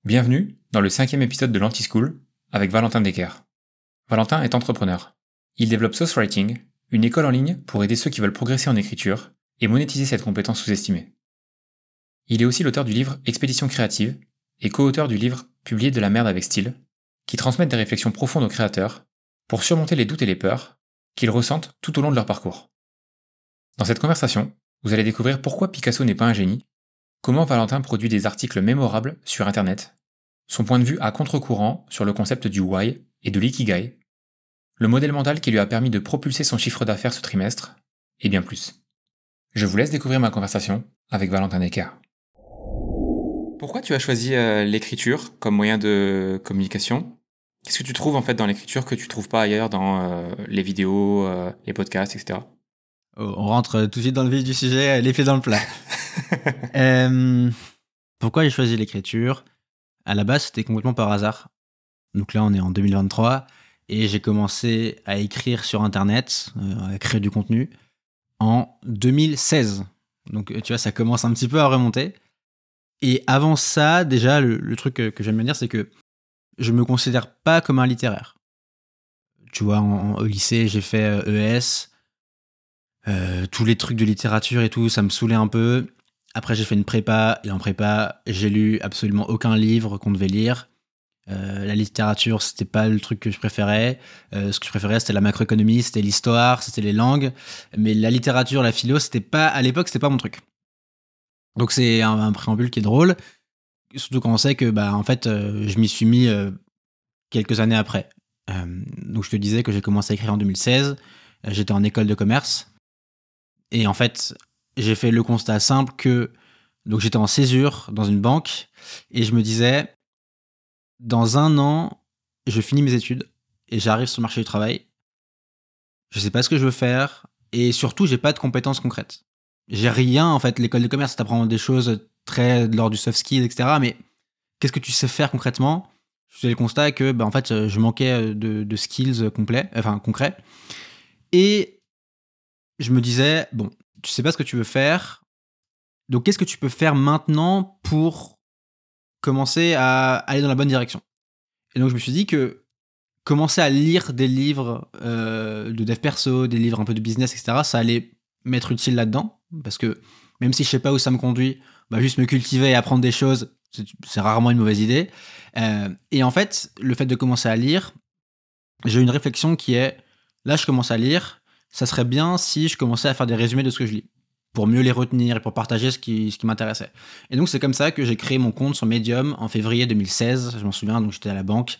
Bienvenue dans le 5e épisode de l'Anti-School avec Valentin Decker. Valentin est entrepreneur. Il développe Sauce Writing, une école en ligne pour aider ceux qui veulent progresser en écriture et monétiser cette compétence sous-estimée. Il est aussi l'auteur du livre Expédition créative et co-auteur du livre Publier de la merde avec style, qui transmettent des réflexions profondes aux créateurs pour surmonter les doutes et les peurs qu'ils ressentent tout au long de leur parcours. Dans cette conversation, vous allez découvrir pourquoi Picasso n'est pas un génie, comment Valentin produit des articles mémorables sur Internet, son point de vue à contre-courant sur le concept du why et de l'ikigai, le modèle mental qui lui a permis de propulser son chiffre d'affaires ce trimestre, et bien plus. Je vous laisse découvrir ma conversation avec Valentin Decker. Pourquoi tu as choisi l'écriture comme moyen de communication ? Qu'est-ce que tu trouves en fait dans l'écriture que tu trouves pas ailleurs dans les vidéos, les podcasts, etc. On rentre tout de suite dans le vif du sujet, les pieds dans le plat. Pourquoi j'ai choisi l'écriture ? À la base, c'était complètement par hasard. Donc là, on est en 2023 et j'ai commencé à écrire sur Internet, à créer du contenu, en 2016. Donc tu vois, ça commence un petit peu à remonter. Et avant ça, déjà, le truc que j'aime bien dire, c'est que je me considère pas comme un littéraire. Tu vois, au lycée, j'ai fait ES. Tous les trucs de littérature et tout, ça me saoulait un peu. Après, j'ai fait une prépa, et en prépa, j'ai lu absolument aucun livre qu'on devait lire. La littérature, c'était pas le truc que je préférais. Ce que je préférais, c'était la macroéconomie, c'était l'histoire, c'était les langues. Mais la littérature, la philo, à l'époque, c'était pas mon truc. Donc c'est un préambule qui est drôle. Surtout quand on sait que, en fait, je m'y suis mis quelques années après. Donc je te disais que j'ai commencé à écrire en 2016. J'étais en école de commerce. Et en fait, j'ai fait le constat simple que donc j'étais en césure dans une banque et je me disais, dans 1 an, je finis mes études et j'arrive sur le marché du travail. Je sais pas ce que je veux faire et surtout, j'ai pas de compétences concrètes. J'ai rien, en fait. L'école de commerce, t'apprends des choses très de l'ordre du soft skill, etc. Mais qu'est-ce que tu sais faire concrètement ? Je faisais le constat que, en fait, je manquais de skills concrets. Et je me disais, bon, tu sais pas ce que tu veux faire, donc qu'est-ce que tu peux faire maintenant pour commencer à aller dans la bonne direction ? Et donc je me suis dit que commencer à lire des livres de dev perso, des livres un peu de business, etc., ça allait m'être utile là-dedans, parce que même si je sais pas où ça me conduit, juste me cultiver et apprendre des choses, c'est rarement une mauvaise idée. Et en fait, le fait de commencer à lire, j'ai eu une réflexion qui est, là je commence à lire, ça serait bien si je commençais à faire des résumés de ce que je lis, pour mieux les retenir et pour partager ce qui m'intéressait. Et donc c'est comme ça que j'ai créé mon compte sur Medium en février 2016, je m'en souviens, donc j'étais à la banque,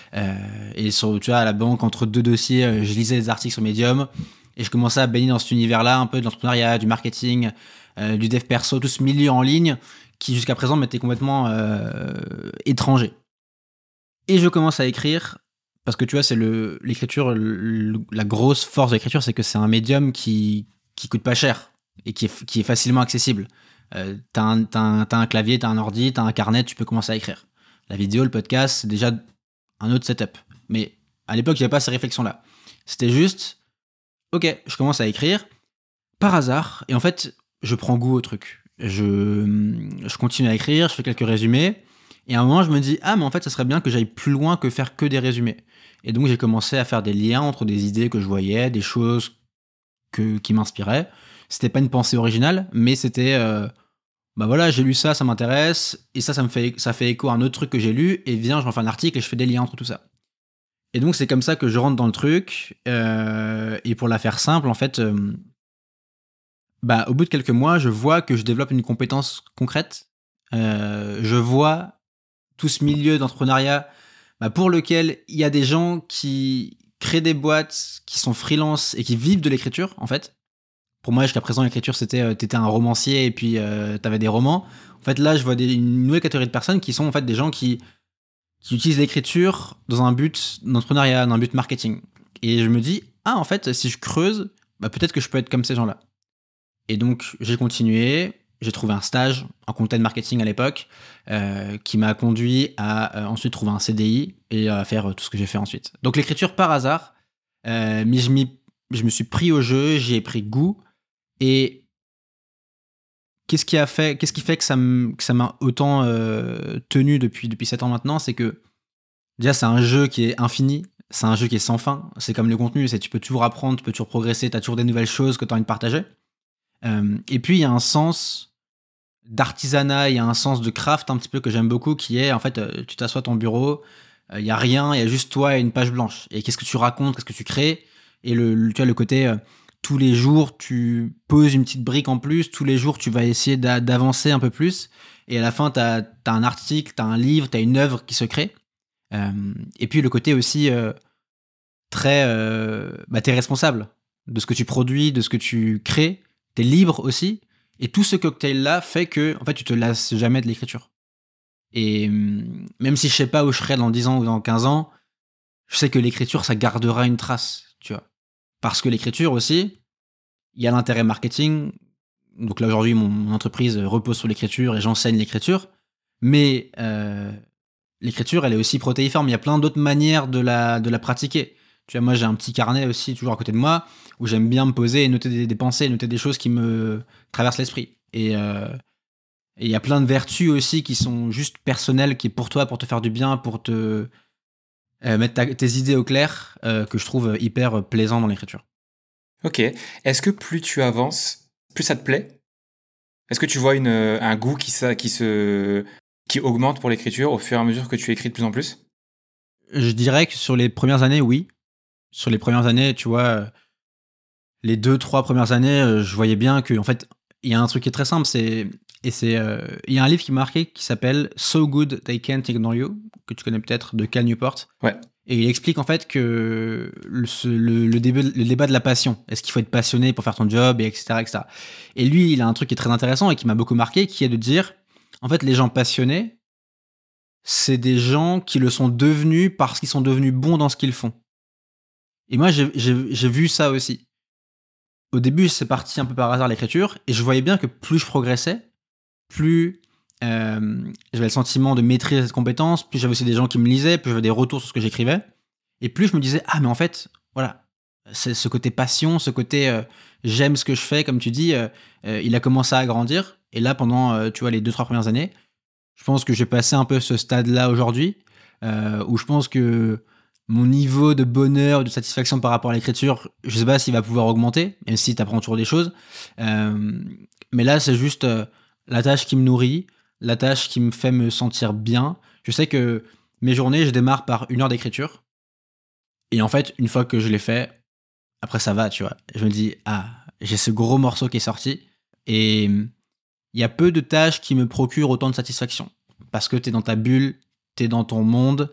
et à la banque, entre 2 dossiers, je lisais des articles sur Medium, et je commençais à baigner dans cet univers-là, un peu de l'entrepreneuriat, du marketing, du dev perso, tout ce milieu en ligne, qui jusqu'à présent m'était complètement étranger. Et je commence à écrire, parce que tu vois, c'est l'écriture, la grosse force de l'écriture, c'est que c'est un médium qui coûte pas cher et qui est facilement accessible. T'as un clavier, t'as un ordi, t'as un carnet, tu peux commencer à écrire. La vidéo, le podcast, c'est déjà un autre setup. Mais à l'époque, j'avais pas ces réflexions-là. C'était juste, ok, je commence à écrire, par hasard, et en fait, je prends goût au truc. Je continue à écrire, je fais quelques résumés, et à un moment, je me dis, mais en fait, ça serait bien que j'aille plus loin que faire que des résumés. Et donc, j'ai commencé à faire des liens entre des idées que je voyais, des choses qui m'inspiraient. C'était pas une pensée originale, mais c'était, voilà, j'ai lu ça, ça m'intéresse, et ça fait écho à un autre truc que j'ai lu, et viens, j'en fais un article et je fais des liens entre tout ça. Et donc, c'est comme ça que je rentre dans le truc, et pour la faire simple, en fait, au bout de quelques mois, je vois que je développe une compétence concrète. Je vois tout ce milieu d'entrepreneuriat pour lequel il y a des gens qui créent des boîtes, qui sont freelance et qui vivent de l'écriture, en fait. Pour moi, jusqu'à présent, l'écriture, c'était t'étais un romancier et puis t'avais des romans. En fait, là, je vois une nouvelle catégorie de personnes qui sont en fait des gens qui utilisent l'écriture dans un but d'entrepreneuriat, dans un but marketing. Et je me dis, en fait, si je creuse, peut-être que je peux être comme ces gens-là. Et donc, j'ai continué. J'ai trouvé un stage en content marketing à l'époque qui m'a conduit à ensuite trouver un CDI et à faire tout ce que j'ai fait ensuite. Donc, l'écriture par hasard, mais je me suis pris au jeu, j'y ai pris goût. Et qu'est-ce qui fait que ça m'a autant tenu depuis 7 ans maintenant, c'est que déjà c'est un jeu qui est infini, c'est un jeu qui est sans fin, c'est comme le contenu, c'est tu peux toujours apprendre, tu peux toujours progresser, tu as toujours des nouvelles choses que tu as envie de partager. Et puis il y a un sens d'artisanat, il y a un sens de craft un petit peu que j'aime beaucoup, qui est en fait tu t'assois à ton bureau, il y a rien, il y a juste toi et une page blanche. Et qu'est-ce que tu racontes, qu'est-ce que tu crées, et tu vois le côté tous les jours tu poses une petite brique en plus, tous les jours tu vas essayer d'avancer un peu plus, et à la fin t'as un article, t'as un livre, t'as une œuvre qui se crée. Et puis le côté aussi très t'es responsable de ce que tu produis, de ce que tu crées, t'es libre aussi, et tout ce cocktail là fait que en fait tu te lasses jamais de l'écriture. Et même si je sais pas où je serai dans 10 ans ou dans 15 ans, je sais que l'écriture ça gardera une trace, tu vois, parce que l'écriture aussi, il y a l'intérêt marketing. Donc là aujourd'hui mon entreprise repose sur l'écriture et j'enseigne l'écriture, mais l'écriture elle est aussi protéiforme, il y a plein d'autres manières de la pratiquer. Tu vois, moi j'ai un petit carnet aussi toujours à côté de moi où j'aime bien me poser et noter des pensées, noter des choses qui me traversent l'esprit. Et il y a plein de vertus aussi qui sont juste personnelles, qui est pour toi, pour te faire du bien, pour te mettre tes idées au clair, que je trouve hyper plaisant dans l'écriture. Ok. Est-ce que plus tu avances, plus ça te plaît? Est-ce que tu vois un goût qui augmente pour l'écriture au fur et à mesure que tu écris de plus en plus? Je dirais que sur les premières années, oui. Sur les premières années, tu vois, les 2-3 premières années, je voyais bien que en fait, il y a un truc qui est très simple, il y a un livre qui m'a marqué qui s'appelle So Good They Can't Ignore You, que tu connais peut-être, de Cal Newport. Ouais. Et il explique en fait que le débat de la passion, est-ce qu'il faut être passionné pour faire ton job, et etc., etc. Et lui, il a un truc qui est très intéressant et qui m'a beaucoup marqué, qui est de dire, en fait, les gens passionnés, c'est des gens qui le sont devenus parce qu'ils sont devenus bons dans ce qu'ils font. Et moi, j'ai vu ça aussi. Au début, c'est parti un peu par hasard l'écriture, et je voyais bien que plus je progressais, plus j'avais le sentiment de maîtriser cette compétence, plus j'avais aussi des gens qui me lisaient, plus j'avais des retours sur ce que j'écrivais, et plus je me disais, ah mais en fait, voilà, c'est ce côté passion, ce côté j'aime ce que je fais, comme tu dis, il a commencé à grandir, et là pendant, tu vois, les 2-3 premières années, je pense que j'ai passé un peu ce stade-là aujourd'hui, où je pense que mon niveau de bonheur, de satisfaction par rapport à l'écriture, je sais pas s'il va pouvoir augmenter, même si tu apprends toujours des choses. Mais là, c'est juste la tâche qui me nourrit, la tâche qui me fait me sentir bien. Je sais que mes journées, je démarre par 1 heure d'écriture. Et en fait, une fois que je l'ai fait, après ça va, tu vois. Je me dis, ah, j'ai ce gros morceau qui est sorti. Et il y a peu de tâches qui me procurent autant de satisfaction. Parce que t'es dans ta bulle, t'es dans ton monde,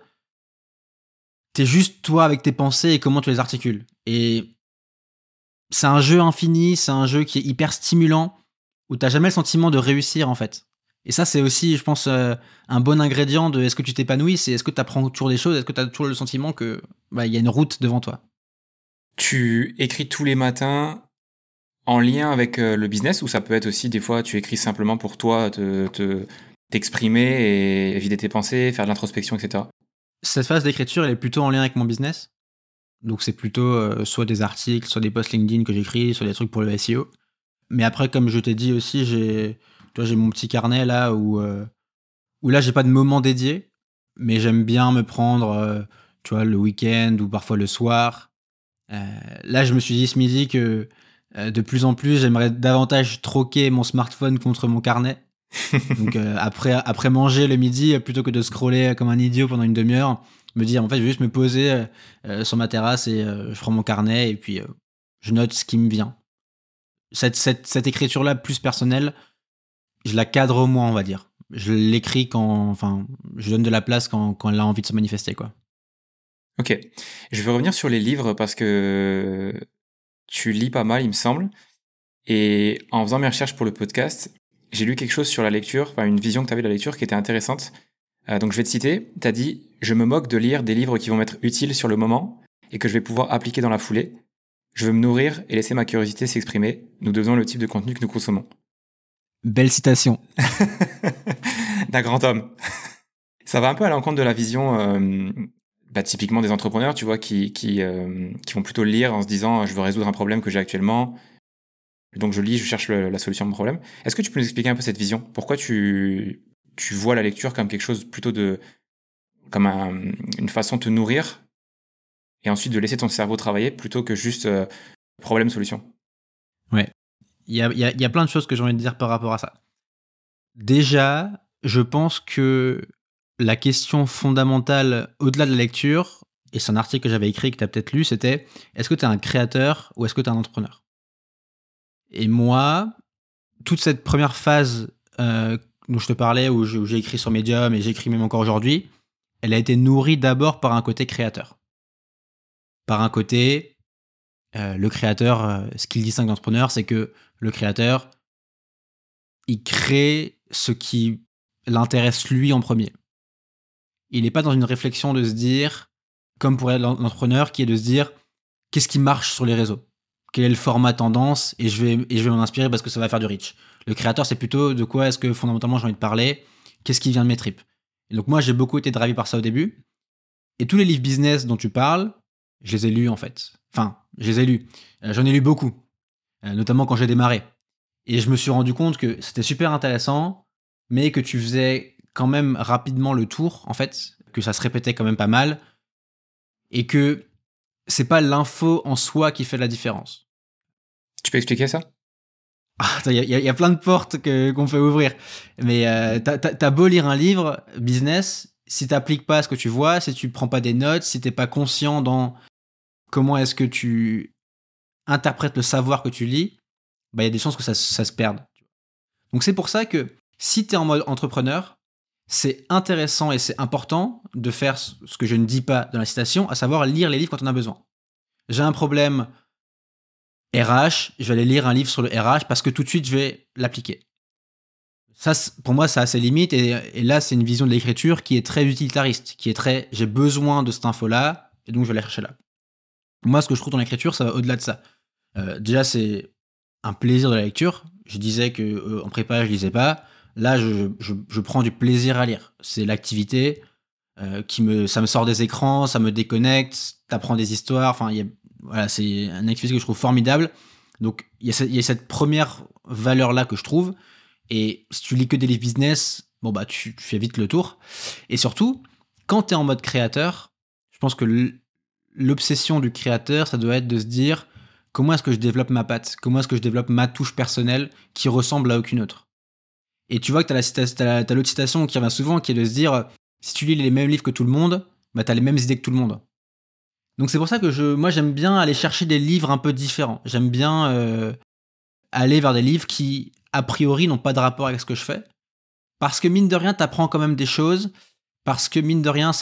t'es juste toi avec tes pensées et comment tu les articules. Et c'est un jeu infini, c'est un jeu qui est hyper stimulant, où t'as jamais le sentiment de réussir en fait. Et ça, c'est aussi, je pense, un bon ingrédient de est-ce que tu t'épanouis, c'est est-ce que tu apprends toujours des choses, est-ce que tu as toujours le sentiment que y a une route devant toi. Tu écris tous les matins en lien avec le business, ou ça peut être aussi des fois tu écris simplement pour toi, t'exprimer et vider tes pensées, faire de l'introspection, etc. Cette phase d'écriture, elle est plutôt en lien avec mon business. Donc c'est plutôt soit des articles, soit des posts LinkedIn que j'écris, soit des trucs pour le SEO. Mais après, comme je t'ai dit aussi, j'ai mon petit carnet là où là, j'ai pas de moment dédié, mais j'aime bien me prendre, tu vois, le week-end ou parfois le soir. Là, je me suis dit ce midi que de plus en plus, j'aimerais davantage troquer mon smartphone contre mon carnet. Donc après manger le midi, plutôt que de scroller comme un idiot pendant une demi-heure, me dire en fait, je vais juste me poser sur ma terrasse et je prends mon carnet et puis je note ce qui me vient. Cette écriture-là plus personnelle, je la cadre au moins, on va dire. Je l'écris enfin, je donne de la place quand elle a envie de se manifester, quoi. Ok. Je vais revenir sur les livres parce que tu lis pas mal, il me semble. Et en faisant mes recherches pour le podcast, j'ai lu quelque chose sur la lecture, enfin une vision que tu avais de la lecture qui était intéressante. Donc je vais te citer. Tu as dit « Je me moque de lire des livres qui vont m'être utiles sur le moment et que je vais pouvoir appliquer dans la foulée. Je veux me nourrir et laisser ma curiosité s'exprimer. Nous devenons le type de contenu que nous consommons. » Belle citation. D'un grand homme. Ça va un peu à l'encontre de la vision typiquement des entrepreneurs, tu vois, qui vont plutôt lire en se disant « Je veux résoudre un problème que j'ai actuellement. Donc je lis, je cherche la solution à mon problème. Est-ce que tu peux nous expliquer un peu cette vision? Pourquoi tu vois la lecture comme quelque chose plutôt comme une façon de te nourrir et ensuite de laisser ton cerveau travailler plutôt que juste problème-solution? Ouais. Il y a plein de choses que j'ai envie de dire par rapport à ça. Déjà, je pense que la question fondamentale, au-delà de la lecture, et c'est un article que j'avais écrit que tu as peut-être lu, c'était est-ce que tu es un créateur ou est-ce que tu es un entrepreneur? Et moi, toute cette première phase dont je te parlais, où j'ai écrit sur Medium et j'écris même encore aujourd'hui, elle a été nourrie d'abord par un côté créateur. Par un côté, le créateur, ce qu'il distingue d'entrepreneur, c'est que le créateur, il crée ce qui l'intéresse lui en premier. Il n'est pas dans une réflexion de se dire, comme pourrait l'entrepreneur, qui est de se dire qu'est-ce qui marche sur les réseaux, quel est le format tendance, et je vais m'en inspirer parce que ça va faire du reach. Le créateur, c'est plutôt de quoi est-ce que fondamentalement j'ai envie de parler, qu'est-ce qui vient de mes tripes. Et donc moi, j'ai beaucoup été drivé par ça au début, et tous les livres business dont tu parles, je les ai lus en fait. Enfin, je les ai lus. J'en ai lu beaucoup, notamment quand j'ai démarré. Et je me suis rendu compte que c'était super intéressant, mais que tu faisais quand même rapidement le tour, en fait, que ça se répétait quand même pas mal, et que c'est pas l'info en soi qui fait la différence. Tu peux expliquer ça? Il y a plein de portes qu'on fait ouvrir. Mais t'as beau lire un livre business, si t'appliques pas ce que tu vois, si tu prends pas des notes, si t'es pas conscient dans comment est-ce que tu interprètes le savoir que tu lis, bah il y a des chances que ça se perde. Donc c'est pour ça que si t'es en mode entrepreneur, c'est intéressant et c'est important de faire ce que je ne dis pas dans la citation, à savoir lire les livres quand on a besoin. J'ai un problème RH, je vais aller lire un livre sur le RH parce que tout de suite, je vais l'appliquer. Ça, pour moi, ça a ses limites. Et là, c'est une vision de l'écriture qui est très utilitariste, qui est très j'ai besoin de cette info-là, et donc je vais la chercher là. Moi, ce que je trouve dans l'écriture, ça va au-delà de ça. Déjà, c'est un plaisir de la lecture. Je disais que en prépa, je lisais pas. Là, je prends du plaisir à lire. C'est l'activité ça me sort des écrans, ça me déconnecte, t'apprends des histoires. Enfin, voilà, c'est une activité que je trouve formidable. Donc, il y a cette première valeur-là que je trouve. Et si tu lis que des livres business, bon, bah, tu fais vite le tour. Et surtout, quand tu es en mode créateur, je pense que l'obsession du créateur, ça doit être de se dire comment est-ce que je développe ma patte, comment est-ce que je développe ma touche personnelle qui ressemble à aucune autre. Et tu vois que t'as l'autre citation qui revient souvent, qui est de se dire si tu lis les mêmes livres que tout le monde, bah, t'as les mêmes idées que tout le monde. Donc c'est pour ça que moi j'aime bien aller chercher des livres un peu différents. J'aime bien aller vers des livres qui, a priori, n'ont pas de rapport avec ce que je fais. Parce que mine de rien, t'apprends quand même des choses. Parce que mine de rien,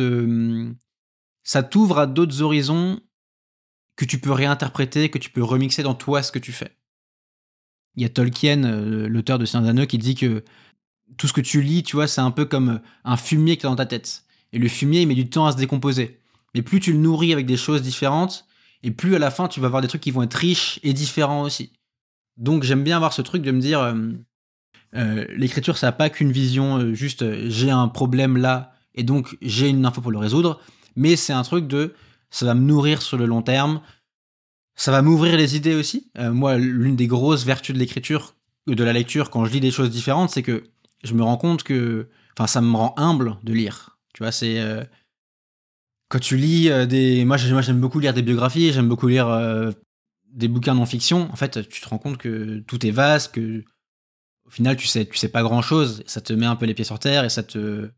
ça t'ouvre à d'autres horizons que tu peux réinterpréter, que tu peux remixer dans toi ce que tu fais. Il y a Tolkien, l'auteur de Seigneur des Anneaux, qui dit que tout ce que tu lis, tu vois, c'est un peu comme un fumier qui est dans ta tête. Et le fumier, il met du temps à se décomposer. Mais plus tu le nourris avec des choses différentes, et plus à la fin, tu vas avoir des trucs qui vont être riches et différents aussi. Donc j'aime bien avoir ce truc de me dire, l'écriture, ça n'a pas qu'une vision, juste j'ai un problème là, et donc j'ai une info pour le résoudre, mais c'est un truc ça va me nourrir sur le long terme, ça va m'ouvrir les idées aussi. Moi, l'une des grosses vertus de l'écriture, de la lecture, quand je lis des choses différentes, c'est que je me rends compte que, enfin, ça me rend humble de lire. Tu vois, c'est quand tu lis moi j'aime beaucoup lire des biographies, j'aime beaucoup lire des bouquins non-fiction. En fait, tu te rends compte que tout est vaste, que au final tu sais pas grand-chose. Ça te met un peu les pieds sur terre et ça te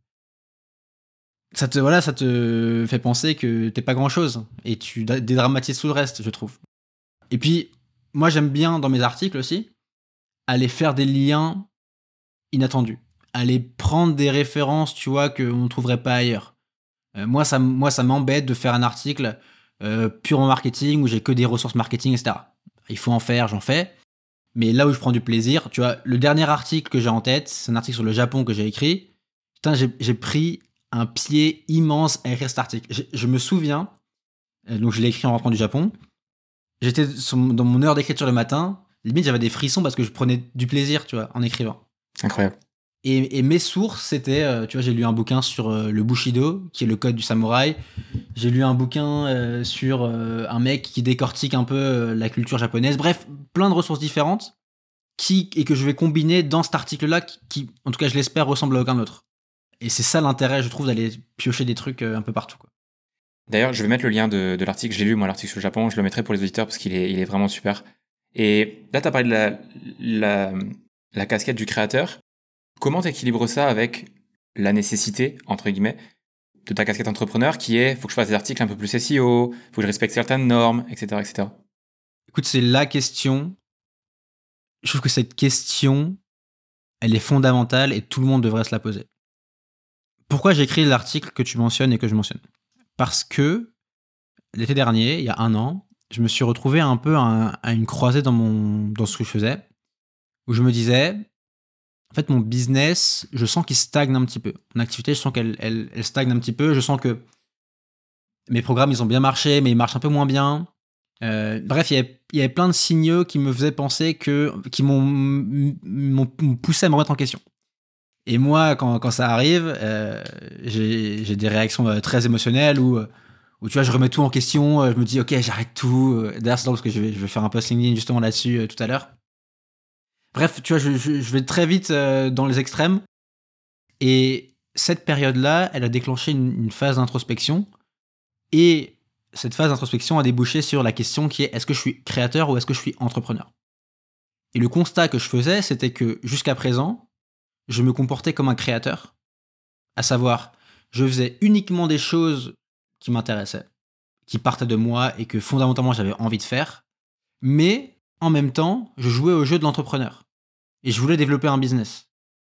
fait penser que t'es pas grand-chose et tu dédramatises tout le reste, je trouve. Et puis, moi j'aime bien dans mes articles aussi aller faire des liens inattendus, aller prendre des références, tu vois, qu'on ne trouverait pas ailleurs. Moi, ça m'embête de faire un article purement marketing où j'ai que des ressources marketing, etc. Il faut en faire, j'en fais. Mais là où je prends du plaisir, tu vois, le dernier article que j'ai en tête, c'est un article sur le Japon que j'ai écrit. Putain, j'ai pris un pied immense à écrire cet article. Je me souviens, donc je l'ai écrit en rentrant du Japon. J'étais dans mon heure d'écriture le matin. Limite, j'avais des frissons parce que je prenais du plaisir, tu vois, en écrivant. Incroyable. Et mes sources, c'était, tu vois, j'ai lu un bouquin sur le Bushido, qui est le code du samouraï. J'ai lu un bouquin sur un mec qui décortique un peu la culture japonaise. Bref, plein de ressources différentes et que je vais combiner dans cet article-là qui, en tout cas, je l'espère, ressemble à aucun autre. Et c'est ça l'intérêt, je trouve, d'aller piocher des trucs un peu partout, quoi. D'ailleurs, je vais mettre le lien de l'article. Je l'ai lu, moi, l'article sur le Japon. Je le mettrai pour les auditeurs parce qu'il est vraiment super. Et là, tu as parlé de la casquette du créateur. Comment t'équilibres ça avec la nécessité, entre guillemets, de ta casquette entrepreneur qui est, faut que je fasse des articles un peu plus SEO, faut que je respecte certaines normes, etc., etc. Écoute, c'est la question. Je trouve que cette question, elle est fondamentale et tout le monde devrait se la poser. Pourquoi j'ai écrit l'article que tu mentionnes et que je mentionne ? Parce que l'été dernier, il y a 1 an, je me suis retrouvé un peu à une croisée dans ce que je faisais, où je me disais, en fait, mon business, je sens qu'il stagne un petit peu. Mon activité, je sens qu'elle stagne un petit peu. Je sens que mes programmes, ils ont bien marché, mais ils marchent un peu moins bien. Bref, il y avait plein de signaux qui me faisaient penser qui m'ont poussé à me remettre en question. Et moi, quand ça arrive, j'ai des réactions très émotionnelles où tu vois, je remets tout en question, je me dis ok, j'arrête tout. D'ailleurs, c'est drôle parce que je vais faire un post LinkedIn justement là-dessus tout à l'heure. Bref, tu vois, je vais très vite dans les extrêmes. Et cette période-là, elle a déclenché une phase d'introspection. Et cette phase d'introspection a débouché sur la question qui est: est-ce que je suis créateur ou est-ce que je suis entrepreneur ? Et le constat que je faisais, c'était que jusqu'à présent, je me comportais comme un créateur, à savoir, je faisais uniquement des choses qui m'intéressaient, qui partaient de moi et que fondamentalement j'avais envie de faire, mais en même temps, je jouais au jeu de l'entrepreneur et je voulais développer un business.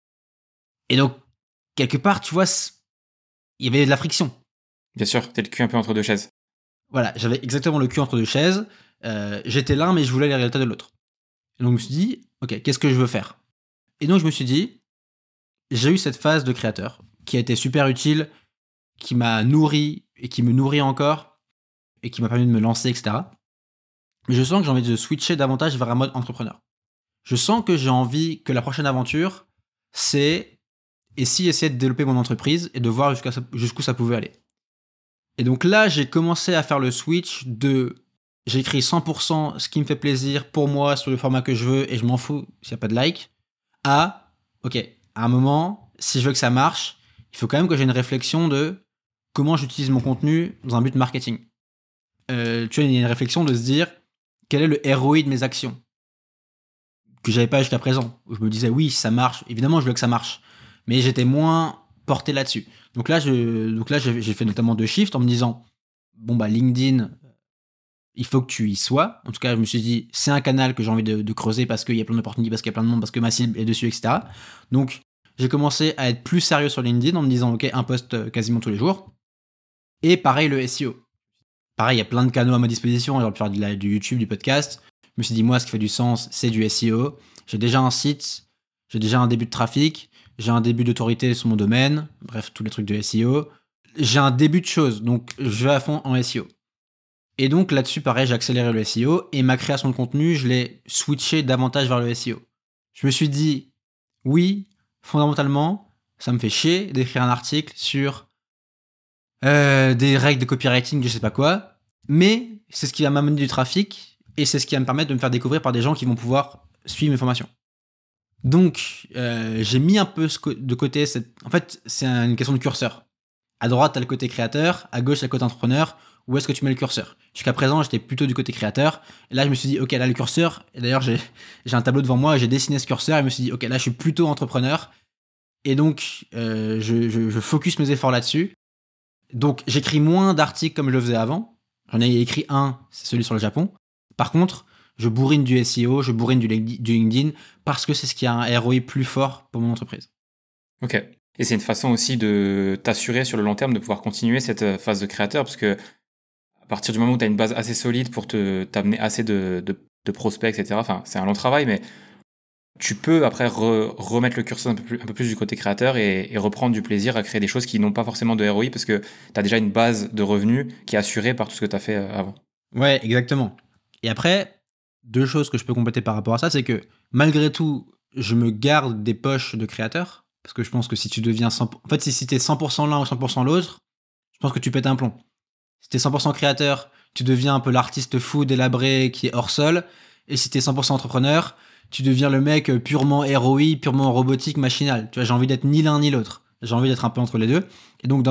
Et donc, quelque part, tu vois, il y avait de la friction. Bien sûr, t'es le cul un peu entre deux chaises. Voilà, j'avais exactement le cul entre deux chaises, j'étais l'un mais je voulais les résultats de l'autre. Et donc je me suis dit, ok, qu'est-ce que je veux faire ? Et donc je me suis dit, j'ai eu cette phase de créateur qui a été super utile, qui m'a nourri et qui me nourrit encore et qui m'a permis de me lancer, etc. Mais je sens que j'ai envie de switcher davantage vers un mode entrepreneur. Je sens que j'ai envie que la prochaine aventure, c'est essayer de développer mon entreprise et de voir jusqu'où ça pouvait aller. Et donc là, j'ai commencé à faire le switch de j'écris 100% ce qui me fait plaisir pour moi sur le format que je veux et je m'en fous s'il n'y a pas de like, à ok, à un moment, si je veux que ça marche, il faut quand même que j'ai une réflexion de comment j'utilise mon contenu dans un but marketing. Tu vois, il y a une réflexion de se dire quel est le ROI de mes actions que j'avais pas jusqu'à présent, où je me disais oui, ça marche, évidemment je veux que ça marche, mais j'étais moins porté là-dessus. Donc là, j'ai fait notamment 2 shifts en me disant bon bah LinkedIn, il faut que tu y sois. En tout cas, je me suis dit c'est un canal que j'ai envie de creuser parce qu'il y a plein d'opportunités, parce qu'il y a plein de monde, parce que ma cible est dessus, etc. Donc j'ai commencé à être plus sérieux sur LinkedIn en me disant ok, un post quasiment tous les jours. Et pareil le SEO. Pareil, il y a plein de canaux à ma disposition, j'aurais pu faire du YouTube, du podcast. Je me suis dit moi, ce qui fait du sens, c'est du SEO. J'ai déjà un site, j'ai déjà un début de trafic, j'ai un début d'autorité sur mon domaine, bref, tous les trucs de SEO. J'ai un début de choses, donc je vais à fond en SEO. Et donc là-dessus, pareil, j'ai accéléré le SEO et ma création de contenu, je l'ai switché davantage vers le SEO. Je me suis dit, oui, fondamentalement, ça me fait chier d'écrire un article sur des règles de copywriting, je sais pas quoi, mais c'est ce qui va m'amener du trafic et c'est ce qui va me permettre de me faire découvrir par des gens qui vont pouvoir suivre mes formations. Donc, j'ai mis un peu de côté en fait, c'est une question de curseur. À droite, t'as le côté créateur, à gauche, t'as le côté entrepreneur. Où est-ce que tu mets le curseur ? Jusqu'à présent, j'étais plutôt du côté créateur. Et là, je me suis dit, ok, là, le curseur. Et d'ailleurs, j'ai un tableau devant moi, j'ai dessiné ce curseur et je me suis dit, ok, là, je suis plutôt entrepreneur. Et donc, je focus mes efforts là-dessus. Donc, j'écris moins d'articles comme je le faisais avant. J'en ai écrit un, c'est celui sur le Japon. Par contre, je bourrine du SEO, je bourrine du LinkedIn parce que c'est ce qui a un ROI plus fort pour mon entreprise. Ok. Et c'est une façon aussi de t'assurer sur le long terme de pouvoir continuer cette phase de créateur, parce que à partir du moment où tu as une base assez solide pour t'amener assez de prospects, etc., enfin, c'est un long travail, mais tu peux après remettre le curseur un peu plus du côté créateur et reprendre du plaisir à créer des choses qui n'ont pas forcément de ROI parce que tu as déjà une base de revenus qui est assurée par tout ce que tu as fait avant. Ouais, exactement. Et après, 2 choses que je peux compléter par rapport à ça, c'est que malgré tout, je me garde des poches de créateur parce que je pense que si tu deviens 100%... En fait, si t'es 100% l'un ou 100% l'autre, je pense que tu pètes un plomb. Si t'es 100% créateur, tu deviens un peu l'artiste fou délabré qui est hors sol. Et si t'es 100% entrepreneur, tu deviens le mec purement ROI, purement robotique, machinal. Tu vois, j'ai envie d'être ni l'un ni l'autre. J'ai envie d'être un peu entre les deux. Et donc,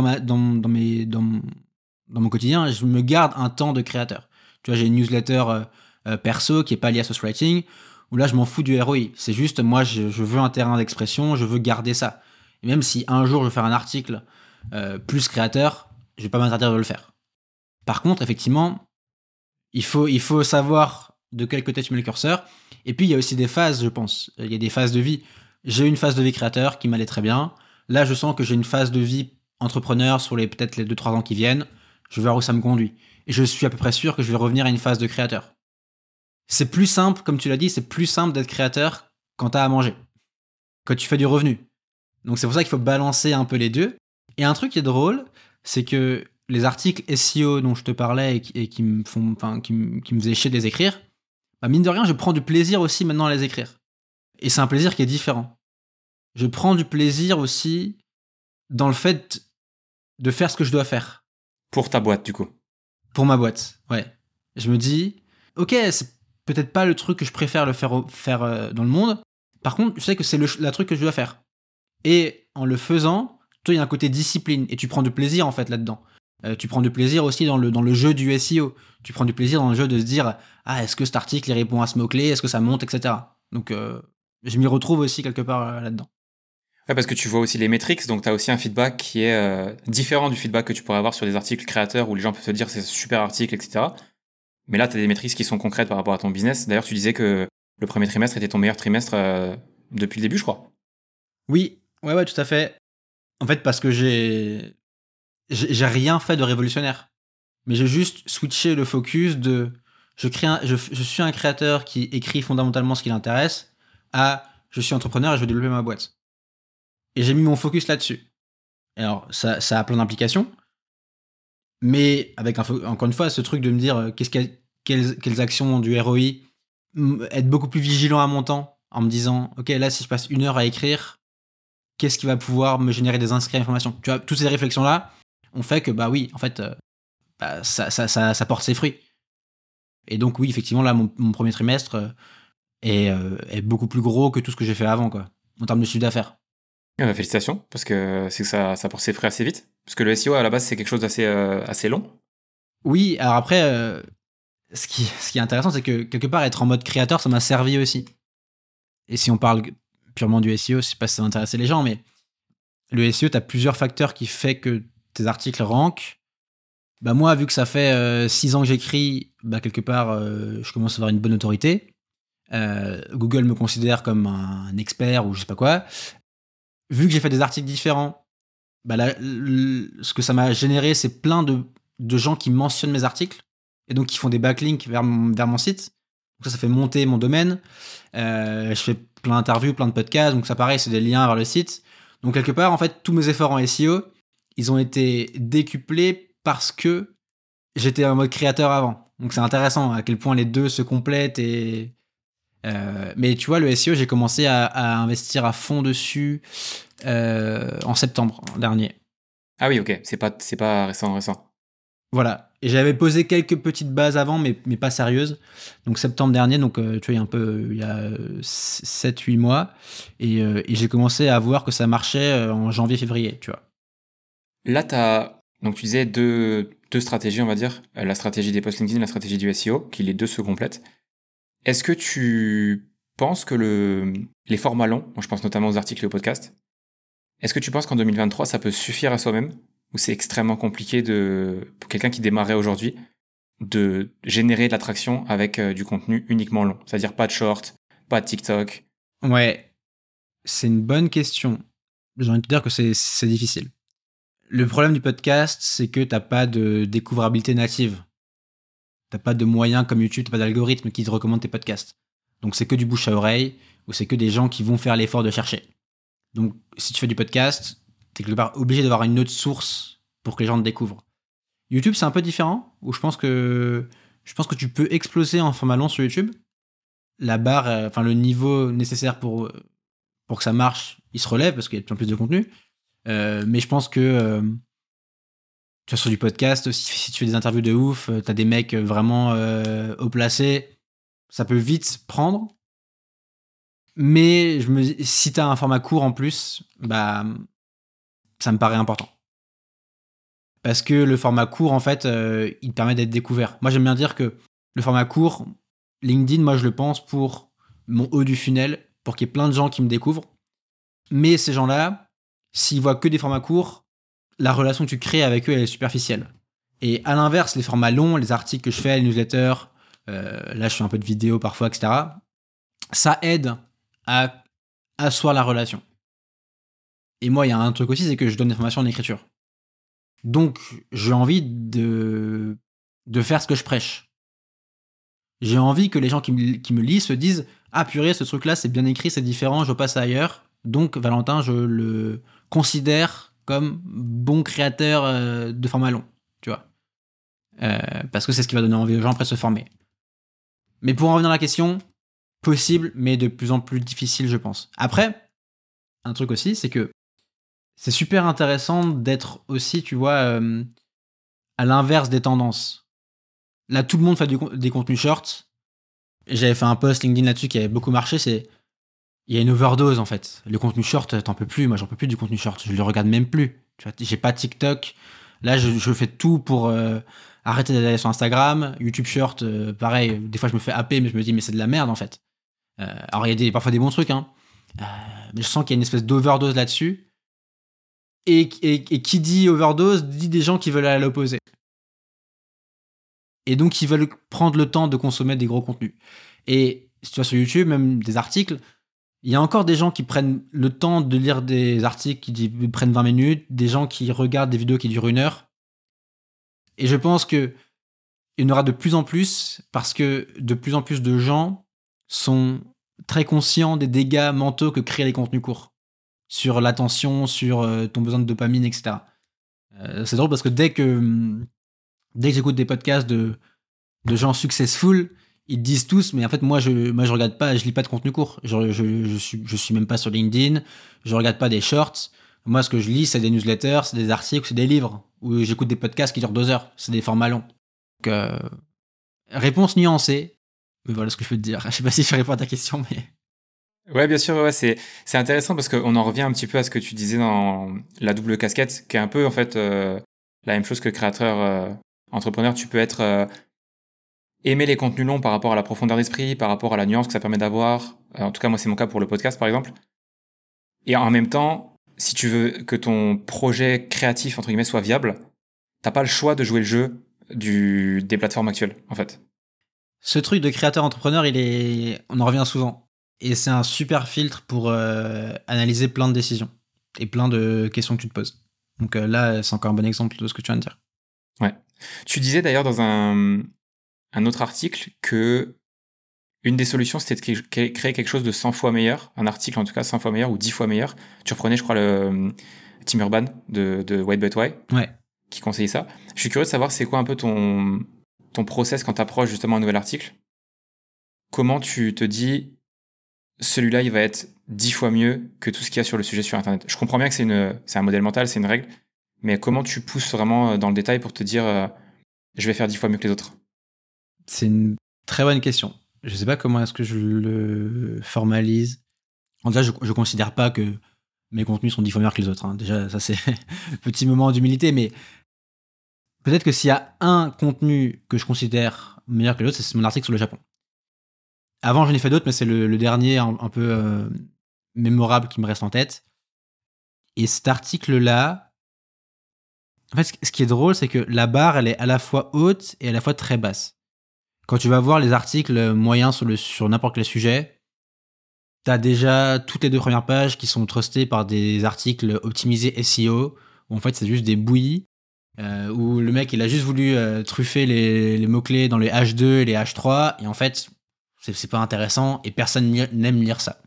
dans mon quotidien, je me garde un temps de créateur. Tu vois, j'ai une newsletter perso qui est pas liée à Source Writing, où là, je m'en fous du ROI. C'est juste, moi, je veux un terrain d'expression, je veux garder ça. Et même si un jour, je veux faire un article plus créateur, je vais pas m'interdire de le faire. Par contre, effectivement, il faut savoir de quel côté tu mets le curseur. Et puis, il y a aussi des phases, je pense. Il y a des phases de vie. J'ai eu une phase de vie créateur qui m'allait très bien. Là, je sens que j'ai une phase de vie entrepreneur sur peut-être les 2-3 ans qui viennent. Je vais voir où ça me conduit. Et je suis à peu près sûr que je vais revenir à une phase de créateur. C'est plus simple, comme tu l'as dit, c'est plus simple d'être créateur quand t'as à manger. Quand tu fais du revenu. Donc c'est pour ça qu'il faut balancer un peu les deux. Et un truc qui est drôle, c'est que les articles SEO dont je te parlais et qui me faisaient chier de les écrire, bah mine de rien, je prends du plaisir aussi maintenant à les écrire. Et c'est un plaisir qui est différent. Je prends du plaisir aussi dans le fait de faire ce que je dois faire. Pour ta boîte, du coup. Pour ma boîte, ouais. Je me dis, ok, c'est peut-être pas le truc que je préfère faire dans le monde. Par contre, je sais que c'est la truc que je dois faire. Et en le faisant, toi, il y a un côté discipline. Et tu prends du plaisir, en fait, là-dedans. Tu prends du plaisir aussi dans le jeu du SEO. Tu prends du plaisir dans le jeu de se dire, ah, est-ce que cet article il répond à ce mot-clé? Est-ce que ça monte, etc. Donc, je m'y retrouve aussi quelque part là-dedans. Ouais, parce que tu vois aussi les métriques, donc tu as aussi un feedback qui est différent du feedback que tu pourrais avoir sur des articles créateurs où les gens peuvent te dire c'est un super article, etc. Mais là, tu as des métriques qui sont concrètes par rapport à ton business. D'ailleurs, tu disais que le premier trimestre était ton meilleur trimestre depuis le début, je crois. Oui, ouais, tout à fait. En fait, parce que j'ai rien fait de révolutionnaire. Mais j'ai juste switché le focus de je suis un créateur qui écrit fondamentalement ce qui l'intéresse à je suis entrepreneur et je veux développer ma boîte. Et j'ai mis mon focus là-dessus. Alors, ça a plein d'implications. Mais avec encore une fois, ce truc de me dire quelles actions du ROI, être beaucoup plus vigilant à mon temps en me disant, ok, là, si je passe 1 heure à écrire, qu'est-ce qui va pouvoir me générer des inscrits à l'information? Tu vois, toutes ces réflexions-là ont fait que, bah oui, en fait, ça porte ses fruits. Et donc, oui, effectivement, là, mon premier trimestre est beaucoup plus gros que tout ce que j'ai fait avant, quoi, en termes de chiffre d'affaires. Félicitations, parce que c'est que ça porte ses fruits assez vite. Parce que le SEO, à la base, c'est quelque chose d'assez assez long. Oui, alors après, ce qui est intéressant, c'est que quelque part, être en mode créateur, ça m'a servi aussi. Et si on parle purement du SEO, je sais pas si ça va intéresser les gens, mais le SEO, tu as plusieurs facteurs qui font que tes articles rankent. Bah moi, vu que ça fait 6 ans que j'écris, bah quelque part, je commence à avoir une bonne autorité. Google me considère comme un expert ou je sais pas quoi. Vu que j'ai fait des articles différents, bah là, ce que ça m'a généré, c'est plein de gens qui mentionnent mes articles et donc qui font des backlinks vers mon site. Donc ça fait monter mon domaine. Je fais plein d'interviews, plein de podcasts, donc ça pareil, c'est des liens vers le site. Donc quelque part, en fait, tous mes efforts en SEO, ils ont été décuplés parce que j'étais en mode créateur avant. Donc c'est intéressant à quel point les deux se complètent. Mais tu vois, le SEO, j'ai commencé à investir à fond dessus en septembre dernier. Ah oui, ok, c'est pas récent. Voilà. Et j'avais posé quelques petites bases avant, mais pas sérieuses. Donc septembre dernier, donc tu vois, il y a 7-8 mois. Et j'ai commencé à voir que ça marchait en janvier-février, tu vois. Là, donc tu disais deux stratégies, on va dire. La stratégie des posts LinkedIn, la stratégie du SEO, qui les deux se complètent. Est-ce que tu penses que les formats longs, moi je pense notamment aux articles et aux podcasts, est-ce que tu penses qu'en 2023, ça peut suffire à soi-même? Ou c'est extrêmement compliqué pour quelqu'un qui démarrait aujourd'hui, de générer de l'attraction avec du contenu uniquement long? C'est-à-dire pas de short, pas de TikTok. Ouais, c'est une bonne question. J'ai envie de te dire que c'est difficile. Le problème du podcast, c'est que t'as pas de découvrabilité native. T'as pas de moyens comme YouTube, t'as pas d'algorithme qui te recommande tes podcasts. Donc c'est que du bouche à oreille, ou c'est que des gens qui vont faire l'effort de chercher. Donc si tu fais du podcast, t'es quelque part obligé d'avoir une autre source pour que les gens te découvrent. YouTube, c'est un peu différent, où je pense que tu peux exploser en format long sur YouTube. La barre, enfin le niveau nécessaire pour que ça marche, il se relève parce qu'il y a de plus en plus de contenu. Mais je pense que tu vois, sur du podcast, si tu fais des interviews de ouf, t'as des mecs vraiment haut placés, ça peut vite prendre. Mais si t'as un format court en plus, bah, ça me paraît important. Parce que le format court, en fait, il te permet d'être découvert. Moi, j'aime bien dire que le format court, LinkedIn, moi, je le pense pour mon haut du funnel, pour qu'il y ait plein de gens qui me découvrent. Mais ces gens-là, s'ils voient que des formats courts, la relation que tu crées avec eux, elle est superficielle. Et à l'inverse, les formats longs, les articles que je fais, les newsletters, là, je fais un peu de vidéo parfois, etc., ça aide à asseoir la relation. Et moi, il y a un truc aussi, c'est que je donne des formations en écriture. Donc, j'ai envie de faire ce que je prêche. J'ai envie que les gens qui me lisent se disent « Ah purée, ce truc-là, c'est bien écrit, c'est différent, je passe ailleurs. » Donc, Valentin, je le considère comme bon créateur de format long, tu vois. Parce que c'est ce qui va donner envie aux gens après de se former. Mais pour en revenir à la question, possible, mais de plus en plus difficile, je pense. Après, un truc aussi, c'est que c'est super intéressant d'être aussi, tu vois, à l'inverse des tendances. Là, tout le monde fait des contenus shorts. J'avais fait un post LinkedIn là-dessus qui avait beaucoup marché. Il y a une overdose, en fait. Le contenu short, t'en peux plus. Moi, j'en peux plus du contenu short. Je le regarde même plus. Tu vois, j'ai pas TikTok. Là, je fais tout pour arrêter d'aller sur Instagram. YouTube short, pareil. Des fois, je me fais happer, mais je me dis, mais c'est de la merde, en fait. Alors, il y a parfois des bons trucs, hein. Mais je sens qu'il y a une espèce d'overdose là-dessus. Et qui dit overdose dit des gens qui veulent aller à l'opposé. Et donc, ils veulent prendre le temps de consommer des gros contenus. Et si tu vas sur YouTube, même des articles, il y a encore des gens qui prennent le temps de lire des articles qui prennent 20 minutes, des gens qui regardent des vidéos qui durent 1 heure. Et je pense qu'il y en aura de plus en plus, parce que de plus en plus de gens sont très conscients des dégâts mentaux que créent les contenus courts. Sur l'attention, sur ton besoin de dopamine, etc. C'est drôle parce que dès que j'écoute des podcasts de gens successful, ils disent tous, mais en fait, moi, je regarde pas, je lis pas de contenu court. Je suis même pas sur LinkedIn, je regarde pas des shorts. Moi, ce que je lis, c'est des newsletters, c'est des articles, c'est des livres, ou j'écoute des podcasts qui durent 2 heures. C'est des formats longs. Donc, réponse nuancée. Mais voilà ce que je peux te dire. Je sais pas si je réponds à ta question, mais... Ouais, bien sûr, ouais, c'est intéressant parce qu'on en revient un petit peu à ce que tu disais dans la double casquette, qui est un peu, en fait, la même chose que créateur, entrepreneur. Tu peux être... aimer les contenus longs par rapport à la profondeur d'esprit, par rapport à la nuance que ça permet d'avoir. En tout cas, moi, c'est mon cas pour le podcast, par exemple. Et en même temps, si tu veux que ton projet créatif, entre guillemets, soit viable, t'as pas le choix de jouer le jeu des plateformes actuelles, en fait. Ce truc de créateur-entrepreneur, on en revient souvent. Et c'est un super filtre pour analyser plein de décisions et plein de questions que tu te poses. Donc là, c'est encore un bon exemple de ce que tu viens de dire. Ouais. Tu disais d'ailleurs dans un autre article que une des solutions, c'était de créer quelque chose de 100 fois meilleur, un article en tout cas 100 fois meilleur ou 10 fois meilleur. Tu reprenais, je crois, le Tim Urban de White But Why, ouais, qui conseillait ça. Je suis curieux de savoir c'est quoi un peu ton process quand tu approches justement un nouvel article. Comment tu te dis, celui-là, il va être 10 fois mieux que tout ce qu'il y a sur le sujet sur Internet. Je comprends bien que c'est un modèle mental, c'est une règle, mais comment tu pousses vraiment dans le détail pour te dire, je vais faire 10 fois mieux que les autres? C'est une très bonne question. Je sais pas comment est-ce que je le formalise. En tout cas, je considère pas que mes contenus sont 10 fois meilleurs que les autres, hein. Déjà, ça c'est un petit moment d'humilité, mais peut-être que s'il y a un contenu que je considère meilleur que l'autre, c'est mon article sur le Japon. Avant, j'en ai fait d'autres, mais c'est le dernier un peu mémorable qui me reste en tête. Et cet article-là, en fait, ce qui est drôle, c'est que la barre, elle est à la fois haute et à la fois très basse. Quand tu vas voir les articles moyens sur n'importe quel sujet, t'as déjà toutes les 2 premières pages qui sont trustées par des articles optimisés SEO, où en fait c'est juste des bouillies, où le mec il a juste voulu truffer les mots-clés dans les H2 et les H3, et en fait c'est pas intéressant et personne n'aime lire ça.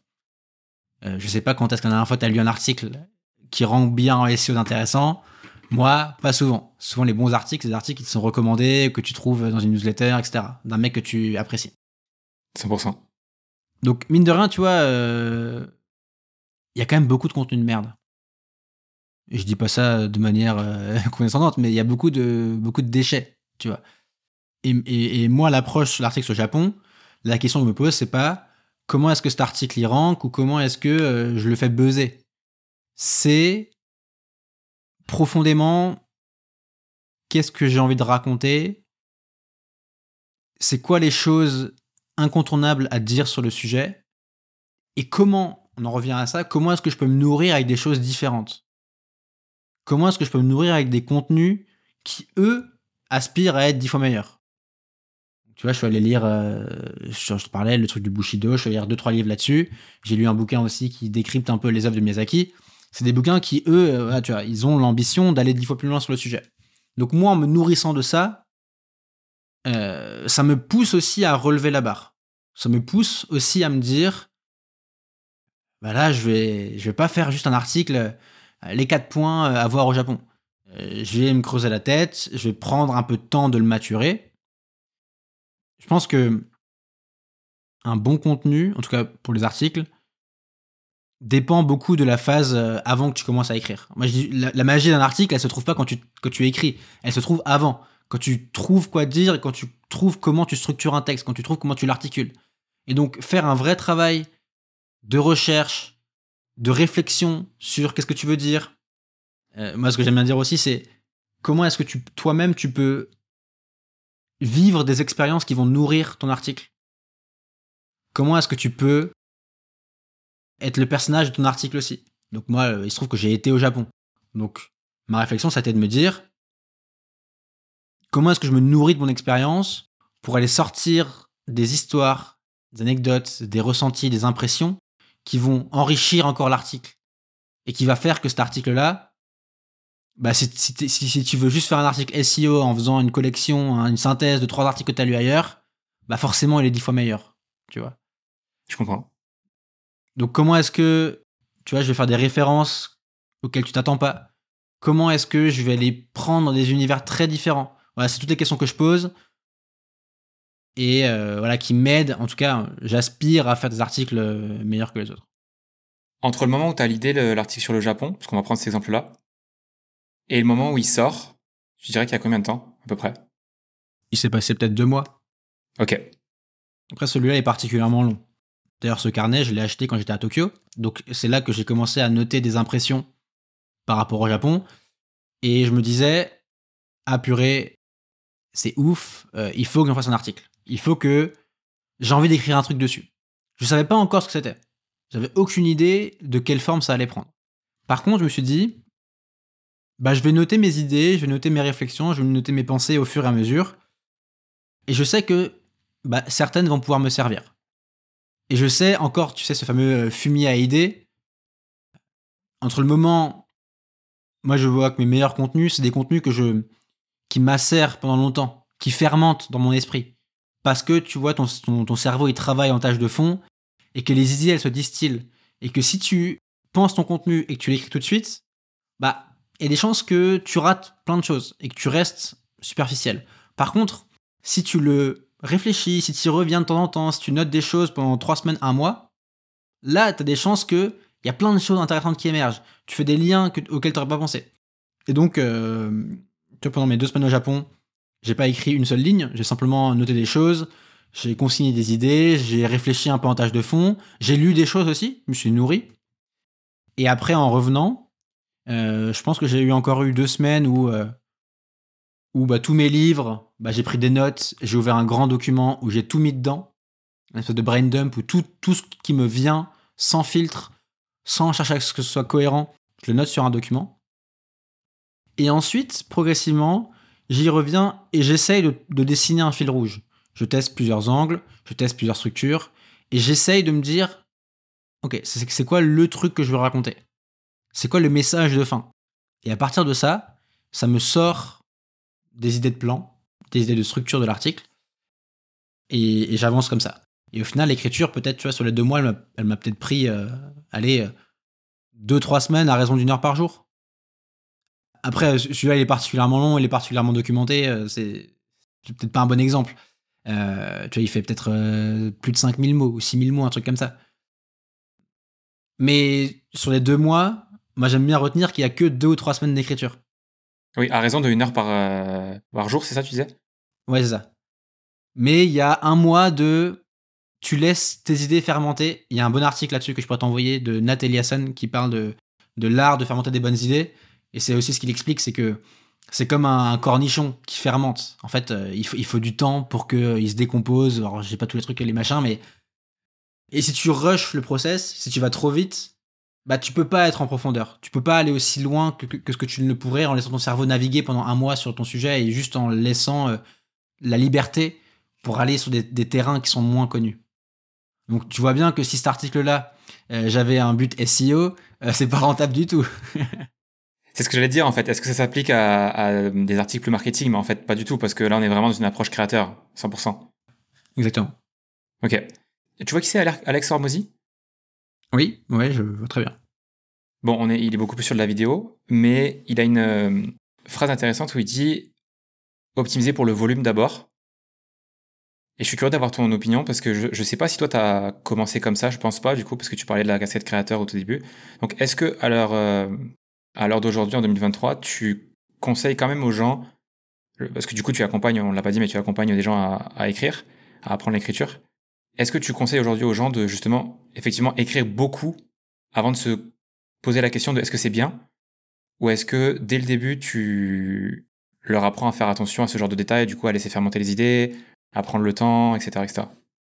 Je sais pas quand est-ce que la dernière fois t'as lu un article qui rend bien en SEO d'intéressant. Moi, pas souvent. Souvent, les bons articles, c'est des articles qui te sont recommandés, que tu trouves dans une newsletter, etc. D'un mec que tu apprécies. 100%. Donc, mine de rien, tu vois, y a quand même beaucoup de contenu de merde. Et je dis pas ça de manière condescendante, mais il y a beaucoup de déchets, tu vois. Et moi, l'approche sur l'article sur le Japon, La question que je me pose, c'est pas comment est-ce que cet article y rank ou comment est-ce que je le fais buzzer. C'est profondément qu'est-ce que j'ai envie de raconter, c'est quoi les choses incontournables à dire sur le sujet et comment, on en revient à ça, comment est-ce que je peux me nourrir avec des choses différentes. Comment est-ce que je peux me nourrir avec des contenus qui, eux, aspirent à être 10 fois meilleurs. Tu vois, je suis allé lire, je te parlais, le truc du Bushido, je suis allé lire 2-3 livres là-dessus. J'ai lu un bouquin aussi qui décrypte un peu les œuvres de Miyazaki. C'est des bouquins qui, eux, tu vois, ils ont l'ambition d'aller 10 fois plus loin sur le sujet. Donc moi, en me nourrissant de ça, ça me pousse aussi à relever la barre. Ça me pousse aussi à me dire, bah là, je vais pas faire juste un article, les 4 points à voir au Japon. Je vais me creuser la tête, je vais prendre un peu de temps de le maturer. Je pense que un bon contenu, en tout cas pour les articles, dépend beaucoup de la phase avant que tu commences à écrire. Moi, je dis, la magie d'un article, elle se trouve pas quand tu écris, elle se trouve avant. Quand tu trouves quoi dire et quand tu trouves comment tu structures un texte, quand tu trouves comment tu l'articules. Et donc, faire un vrai travail de recherche, de réflexion sur qu'est-ce que tu veux dire. Moi, ce que j'aime bien dire aussi, c'est comment est-ce que toi-même, tu peux vivre des expériences qui vont nourrir ton article. Comment est-ce que tu peux être le personnage de ton article aussi. Donc moi, il se trouve que j'ai été au Japon. Donc ma réflexion, ça a été de me dire comment est-ce que je me nourris de mon expérience pour aller sortir des histoires, des anecdotes, des ressentis, des impressions qui vont enrichir encore l'article et qui va faire que cet article-là, bah si tu veux juste faire un article SEO en faisant une collection, une synthèse de 3 articles que tu as lu ailleurs, bah forcément il est 10 fois meilleur, tu vois. Je comprends. Donc comment est-ce que, tu vois, je vais faire des références auxquelles tu t'attends pas. Comment est-ce que je vais aller prendre des univers très différents. Voilà, c'est toutes les questions que je pose et voilà, qui m'aident. En tout cas, j'aspire à faire des articles meilleurs que les autres. Entre le moment où tu as l'idée de l'article sur le Japon, parce qu'on va prendre cet exemple-là, et le moment où il sort, je dirais qu'il y a combien de temps, à peu près? Il s'est passé peut-être 2 mois. Ok. Après, celui-là est particulièrement long. D'ailleurs, ce carnet, je l'ai acheté quand j'étais à Tokyo. Donc, c'est là que j'ai commencé à noter des impressions par rapport au Japon. Et je me disais, ah purée, c'est ouf, il faut que j'en fasse un article. Il faut que j'ai envie d'écrire un truc dessus. Je savais pas encore ce que c'était. J'avais aucune idée de quelle forme ça allait prendre. Par contre, je me suis dit, bah, je vais noter mes idées, je vais noter mes réflexions, je vais noter mes pensées au fur et à mesure. Et je sais que bah, certaines vont pouvoir me servir. Et je sais encore, tu sais, ce fameux fumier à idées. Entre le moment, moi je vois que mes meilleurs contenus, c'est des contenus qui macèrent pendant longtemps, qui fermentent dans mon esprit. Parce que tu vois, ton cerveau il travaille en tâche de fond et que les idées elles se distillent. Et que si tu penses ton contenu et que tu l'écris tout de suite, bah, il y a des chances que tu rates plein de choses et que tu restes superficiel. Par contre, si tu le réfléchis, si tu y reviens de temps en temps, si tu notes des choses pendant 3 semaines, 1 mois, là, tu as des chances que il y a plein de choses intéressantes qui émergent. Tu fais des liens auxquels tu n'aurais pas pensé. Et donc, tu vois, pendant mes 2 semaines au Japon, j'ai pas écrit une seule ligne, j'ai simplement noté des choses, j'ai consigné des idées, j'ai réfléchi un peu en tâche de fond, j'ai lu des choses aussi, je me suis nourri. Et après, en revenant, je pense que j'ai encore eu 2 semaines où bah, tous mes livres, bah, j'ai pris des notes, j'ai ouvert un grand document où j'ai tout mis dedans, une espèce de brain dump où tout ce qui me vient, sans filtre, sans chercher à ce que ce soit cohérent, je le note sur un document. Et ensuite, progressivement, j'y reviens et j'essaye de dessiner un fil rouge. Je teste plusieurs angles, je teste plusieurs structures, et j'essaye de me dire, ok, c'est quoi le truc que je veux raconter? C'est quoi le message de fin? Et à partir de ça, ça me sort des idées de plan, des idées de structure de l'article, et j'avance comme ça. Et au final, l'écriture, peut-être, tu vois, sur les 2 mois, elle m'a peut-être pris, 2-3 semaines à raison d'1 heure par jour. Après, celui-là, il est particulièrement long, il est particulièrement documenté, c'est peut-être pas un bon exemple. Tu vois, il fait peut-être plus de 5000 mots ou 6000 mots, un truc comme ça. Mais sur les 2 mois, moi j'aime bien retenir qu'il y a que 2 ou 3 semaines d'écriture. Oui, à raison de 1 heure par jour, c'est ça, tu disais? Ouais, c'est ça. Mais il y a 1 mois de tu laisses tes idées fermenter. Il y a un bon article là-dessus que je pourrais t'envoyer de Nat Eliasson qui parle de l'art de fermenter des bonnes idées. Et c'est aussi ce qu'il explique, c'est que c'est comme un cornichon qui fermente. En fait, il faut du temps pour qu'il se décompose. Alors, j'ai pas tous les trucs et les machins, mais... Et si tu rushes le process, si tu vas trop vite, bah tu peux pas être en profondeur. Tu peux pas aller aussi loin que ce que tu ne le pourrais en laissant ton cerveau naviguer pendant un mois sur ton sujet et juste en laissant la liberté pour aller sur des terrains qui sont moins connus. Donc tu vois bien que si cet article-là, j'avais un but SEO, c'est pas rentable du tout. C'est ce que j'allais te dire en fait. Est-ce que ça s'applique à des articles plus marketing? Mais en fait, pas du tout, parce que là, on est vraiment dans une approche créateur, 100%. Exactement. Ok. Et tu vois qui c'est Alex Hormozy? Oui, ouais, je vois très bien. Bon, il est beaucoup plus sur de la vidéo, mais il a une phrase intéressante où il dit optimiser pour le volume d'abord. Et je suis curieux d'avoir ton opinion parce que je sais pas si toi t'as commencé comme ça, je pense pas du coup, parce que tu parlais de la casquette créateur au tout début. Donc est-ce que à l'heure d'aujourd'hui, en 2023, tu conseilles quand même aux gens, parce que du coup tu accompagnes, on l'a pas dit, mais tu accompagnes des gens à écrire, à apprendre l'écriture. Est-ce que tu conseilles aujourd'hui aux gens de justement, effectivement, écrire beaucoup avant de se poser la question de est-ce que c'est bien? Ou est-ce que dès le début, tu leur apprends à faire attention à ce genre de détails, du coup à laisser faire monter les idées, à prendre le temps, etc., etc.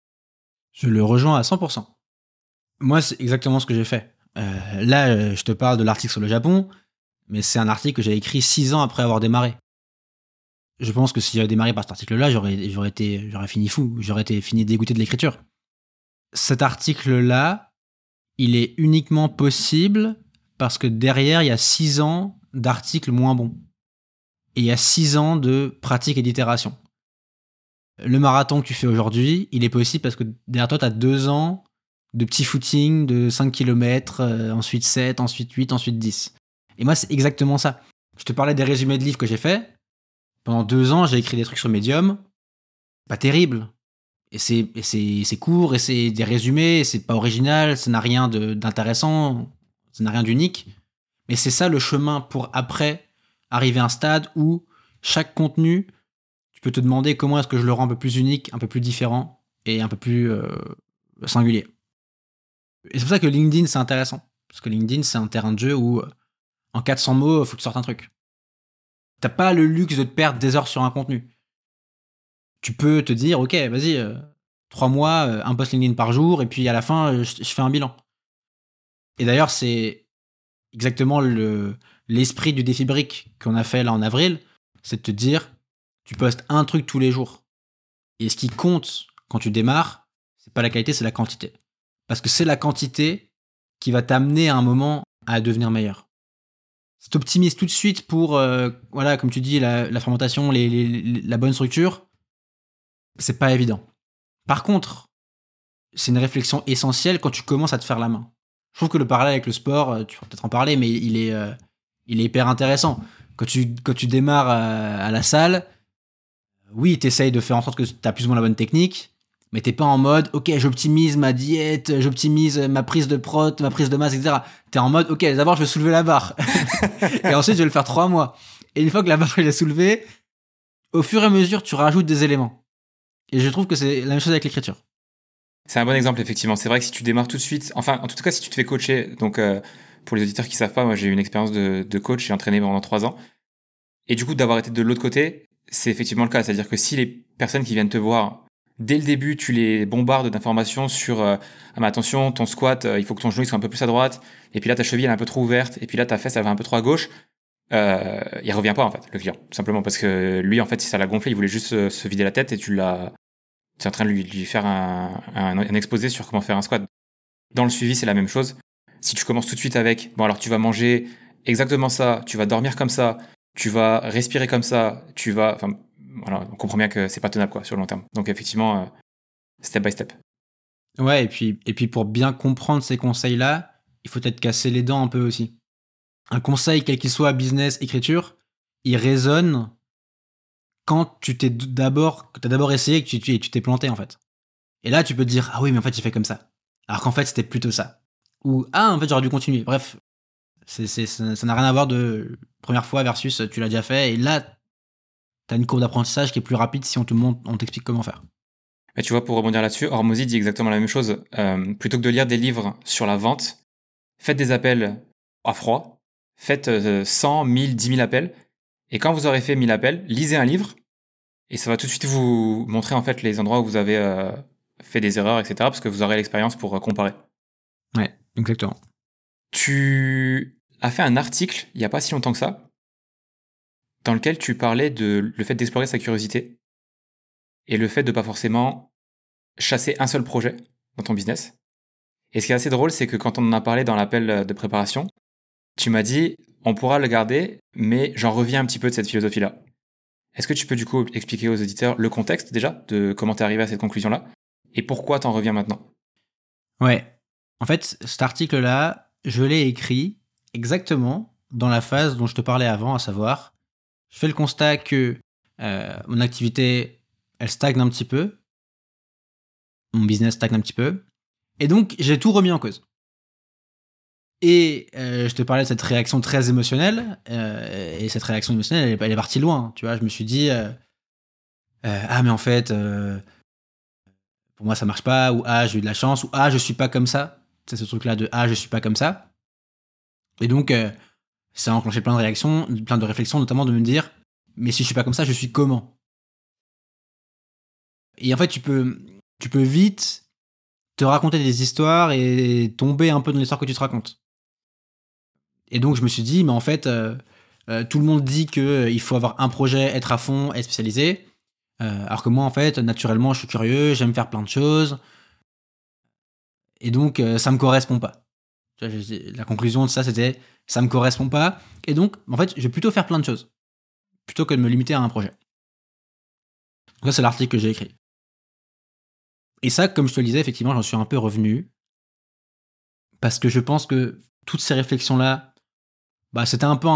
Je le rejoins à 100%. Moi, c'est exactement ce que j'ai fait. Là, je te parle de l'article sur le Japon, mais c'est un article que j'ai écrit 6 ans après avoir démarré. Je pense que si j'avais démarré par cet article-là, j'aurais fini fou, j'aurais été fini dégoûté de l'écriture. Cet article-là, il est uniquement possible parce que derrière, il y a 6 ans d'articles moins bons. Et il y a 6 ans de pratique et d'itération. Le marathon que tu fais aujourd'hui, il est possible parce que derrière toi, tu as 2 ans de petits footings de 5 km, ensuite 7, ensuite 8, ensuite 10. Et moi, c'est exactement ça. Je te parlais des résumés de livres que j'ai faits. Pendant 2 ans, j'ai écrit des trucs sur Medium. Pas terrible. Et c'est court, et c'est des résumés, et c'est pas original, ça n'a rien d'intéressant, ça n'a rien d'unique. Mais c'est ça le chemin pour après arriver à un stade où chaque contenu, tu peux te demander comment est-ce que je le rends un peu plus unique, un peu plus différent et un peu plus singulier. Et c'est pour ça que LinkedIn, c'est intéressant. Parce que LinkedIn, c'est un terrain de jeu où en 400 mots, il faut que tu sortes un truc. T'as pas le luxe de te perdre des heures sur un contenu. Tu peux te dire, ok, vas-y, 3 mois, un post LinkedIn par jour, et puis à la fin, je fais un bilan. Et d'ailleurs, c'est exactement l'esprit du défi brique qu'on a fait là en avril, c'est de te dire, tu postes un truc tous les jours. Et ce qui compte quand tu démarres, c'est pas la qualité, c'est la quantité. Parce que c'est la quantité qui va t'amener à un moment à devenir meilleur. Si tu optimises tout de suite pour, voilà, comme tu dis, la fermentation, la bonne structure, c'est pas évident. Par contre, c'est une réflexion essentielle quand tu commences à te faire la main. Je trouve que le parallèle avec le sport, tu vas peut-être en parler, mais il est hyper intéressant. Quand tu démarres à la salle, oui, tu essayes de faire en sorte que tu as plus ou moins la bonne technique, mais t'es pas en mode, ok, j'optimise ma diète, j'optimise ma prise de prot, ma prise de masse, etc. T'es en mode, ok, d'abord je vais soulever la barre. Et ensuite je vais le faire 3 mois. Et une fois que la barre est soulevée, au fur et à mesure, tu rajoutes des éléments. Et je trouve que c'est la même chose avec l'écriture. C'est un bon exemple, effectivement. C'est vrai que si tu démarres tout de suite, enfin, en tout cas, si tu te fais coacher, donc pour les auditeurs qui savent pas, moi j'ai eu une expérience de coach, j'ai entraîné pendant 3 ans. Et du coup, d'avoir été de l'autre côté, c'est effectivement le cas. C'est-à-dire que si les personnes qui viennent te voir, dès le début, tu les bombardes d'informations sur ah mais attention, ton squat, il faut que ton genou il soit un peu plus à droite, et puis là ta cheville elle est un peu trop ouverte, et puis là ta fesse elle va un peu trop à gauche, il revient pas en fait, le client, tout simplement parce que lui en fait si ça l'a gonflé, il voulait juste se vider la tête et tu es en train de lui faire un exposé sur comment faire un squat. Dans le suivi, c'est la même chose. Si tu commences tout de suite avec, bon alors tu vas manger exactement ça, tu vas dormir comme ça, tu vas respirer comme ça, enfin voilà, on comprend bien que c'est pas tenable quoi sur le long terme. Donc effectivement, step by step. Ouais, et puis pour bien comprendre ces conseils-là, il faut peut-être casser les dents un peu aussi. Un conseil, quel qu'il soit, business, écriture, il résonne quand t'as d'abord essayé et que tu t'es planté en fait. Et là, tu peux te dire, ah oui, mais en fait, j'ai fait comme ça. Alors qu'en fait, c'était plutôt ça. Ou, ah, en fait, j'aurais dû continuer. Bref, ça n'a rien à voir de première fois versus tu l'as déjà fait. Et là, t'as une courbe d'apprentissage qui est plus rapide si on t'explique comment faire. Mais tu vois, pour rebondir là-dessus, Hormozy dit exactement la même chose. Plutôt que de lire des livres sur la vente, faites des appels à froid, faites 100, 1000, 10 000 appels, et quand vous aurez fait 1000 appels, lisez un livre, et ça va tout de suite vous montrer en fait les endroits où vous avez fait des erreurs, etc., parce que vous aurez l'expérience pour comparer. Ouais, exactement. Tu as fait un article, il n'y a pas si longtemps que ça, dans lequel tu parlais de le fait d'explorer sa curiosité, et le fait de pas forcément chasser un seul projet dans ton business. Et ce qui est assez drôle, c'est que quand on en a parlé dans l'appel de préparation, tu m'as dit, on pourra le garder, mais j'en reviens un petit peu de cette philosophie-là. Est-ce que tu peux du coup expliquer aux auditeurs le contexte déjà de comment t'es arrivé à cette conclusion-là et pourquoi t'en reviens maintenant? Ouais. En fait, cet article-là, je l'ai écrit exactement dans la phase dont je te parlais avant, à savoir, je fais le constat que mon activité, elle stagne un petit peu, mon business stagne un petit peu, et donc j'ai tout remis en cause. Et je te parlais de cette réaction très émotionnelle, et cette réaction émotionnelle, elle est partie loin, tu vois. Je me suis dit, ah mais en fait, pour moi ça marche pas, ou ah j'ai eu de la chance, ou ah je suis pas comme ça. C'est ce truc-là de ah je suis pas comme ça. Et donc ça a enclenché plein de réactions, plein de réflexions, notamment de me dire, mais si je suis pas comme ça, je suis comment? Et en fait tu peux vite te raconter des histoires et tomber un peu dans l'histoire que tu te racontes. Et donc je me suis dit, mais en fait, tout le monde dit que il faut avoir un projet, être à fond, être spécialisé. Alors que moi, en fait, naturellement, je suis curieux, j'aime faire plein de choses. Et donc, ça me correspond pas. Tu vois, la conclusion de ça, c'était, ça me correspond pas. Et donc, en fait, je vais plutôt faire plein de choses, plutôt que de me limiter à un projet. Donc ça, c'est l'article que j'ai écrit. Et ça, comme je te le disais, effectivement, j'en suis un peu revenu. Parce que je pense que toutes ces réflexions-là, bah, c'était un peu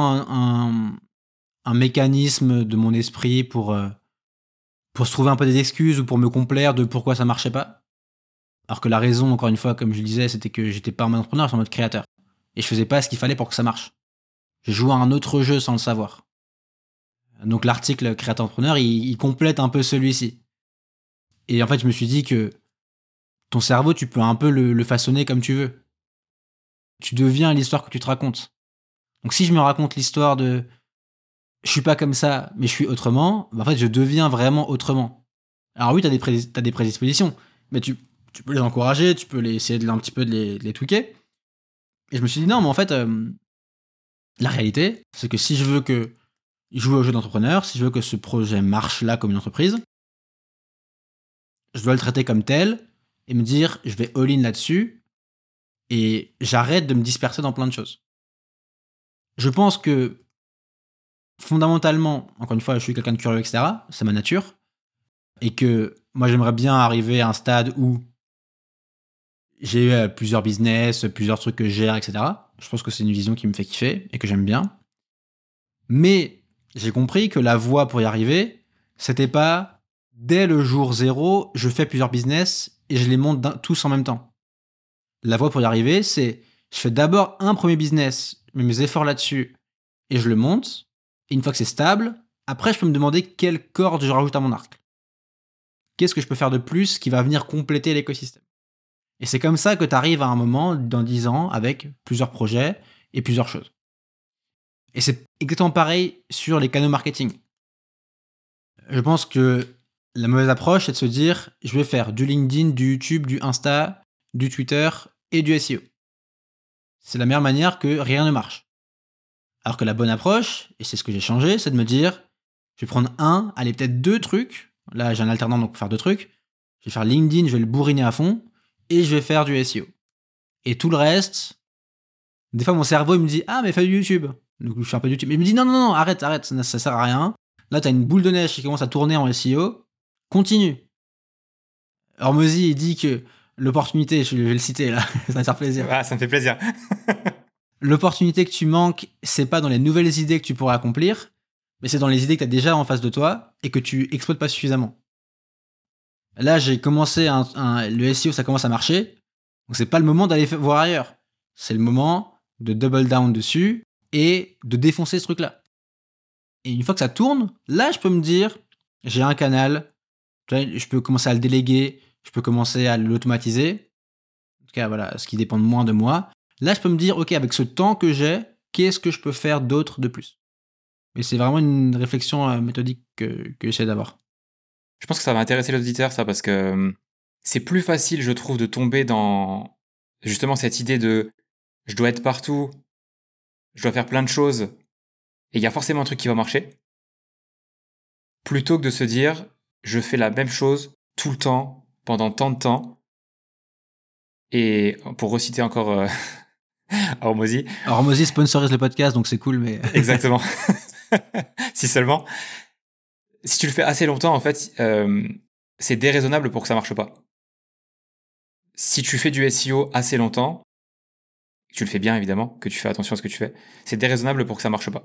un mécanisme de mon esprit pour se trouver un peu des excuses ou pour me complaire de pourquoi ça marchait pas. Alors que la raison, encore une fois, comme je le disais, c'était que j'étais pas en mode entrepreneur, j'étais en mode créateur. Et je faisais pas ce qu'il fallait pour que ça marche. Je jouais à un autre jeu sans le savoir. Donc l'article créateur entrepreneur, il complète un peu celui-ci. Et en fait, je me suis dit que ton cerveau, tu peux un peu le façonner comme tu veux. Tu deviens l'histoire que tu te racontes. Donc si je me raconte l'histoire de je suis pas comme ça, mais je suis autrement, bah en fait, je deviens vraiment autrement. Alors oui, t'as des prédispositions, mais tu peux les encourager, tu peux essayer un petit peu de les tweaker. Et je me suis dit, non, mais en fait, la réalité, c'est que si je veux que jouer au jeu d'entrepreneur, si je veux que ce projet marche là comme une entreprise, je dois le traiter comme tel et me dire, je vais all-in là-dessus et j'arrête de me disperser dans plein de choses. Je pense que, fondamentalement, encore une fois, je suis quelqu'un de curieux, etc., c'est ma nature, et que moi, j'aimerais bien arriver à un stade où j'ai plusieurs business, plusieurs trucs que je gère, etc. Je pense que c'est une vision qui me fait kiffer et que j'aime bien. Mais j'ai compris que la voie pour y arriver, c'était pas dès le jour zéro, je fais plusieurs business et je les monte tous en même temps. La voie pour y arriver, c'est je fais d'abord un premier business, je mets mes efforts là-dessus et je le monte. Et une fois que c'est stable, après je peux me demander quelle corde je rajoute à mon arc. Qu'est-ce que je peux faire de plus qui va venir compléter l'écosystème. Et c'est comme ça que tu arrives à un moment, dans 10 ans, avec plusieurs projets et plusieurs choses. Et c'est exactement pareil sur les canaux marketing. Je pense que la mauvaise approche, c'est de se dire, je vais faire du LinkedIn, du YouTube, du Insta, du Twitter et du SEO. C'est la meilleure manière que rien ne marche. Alors que la bonne approche, et c'est ce que j'ai changé, c'est de me dire, je vais prendre peut-être 2 trucs. Là, j'ai un alternant, donc pour faire 2 trucs. Je vais faire LinkedIn, je vais le bourriner à fond, et je vais faire du SEO. Et tout le reste, des fois, mon cerveau, il me dit, ah, mais fais du YouTube. Donc, je fais un peu de YouTube. Mais il me dit, non, arrête, ça sert à rien. Là, t'as une boule de neige qui commence à tourner en SEO. Continue. Hormozy, il dit que l'opportunité, je vais le citer là, ça va me faire plaisir. Ah, ça me fait plaisir. L'opportunité que tu manques, c'est pas dans les nouvelles idées que tu pourrais accomplir, mais c'est dans les idées que tu as déjà en face de toi et que tu exploites pas suffisamment. Là, j'ai commencé le SEO, ça commence à marcher, donc c'est pas le moment d'aller voir ailleurs. C'est le moment de double down dessus et de défoncer ce truc-là. Et une fois que ça tourne, là, je peux me dire, j'ai un canal, Tu vois, je peux commencer à le déléguer, je peux commencer à l'automatiser. En tout cas, voilà, ce qui dépend moins de moi. Là, je peux me dire, OK, avec ce temps que j'ai, qu'est-ce que je peux faire d'autre de plus? Et c'est vraiment une réflexion méthodique que j'essaie d'avoir. Je pense que ça va intéresser l'auditeur, ça, parce que c'est plus facile, je trouve, de tomber dans justement cette idée de je dois être partout, je dois faire plein de choses, et il y a forcément un truc qui va marcher, plutôt que de se dire je fais la même chose tout le temps, pendant tant de temps, et pour reciter encore Hormozy, Alors, Mozi sponsorise le podcast, donc c'est cool, mais exactement, si seulement, si tu le fais assez longtemps, en fait, c'est déraisonnable pour que ça marche pas. Si tu fais du SEO assez longtemps, tu le fais bien évidemment, que tu fais attention à ce que tu fais, c'est déraisonnable pour que ça marche pas.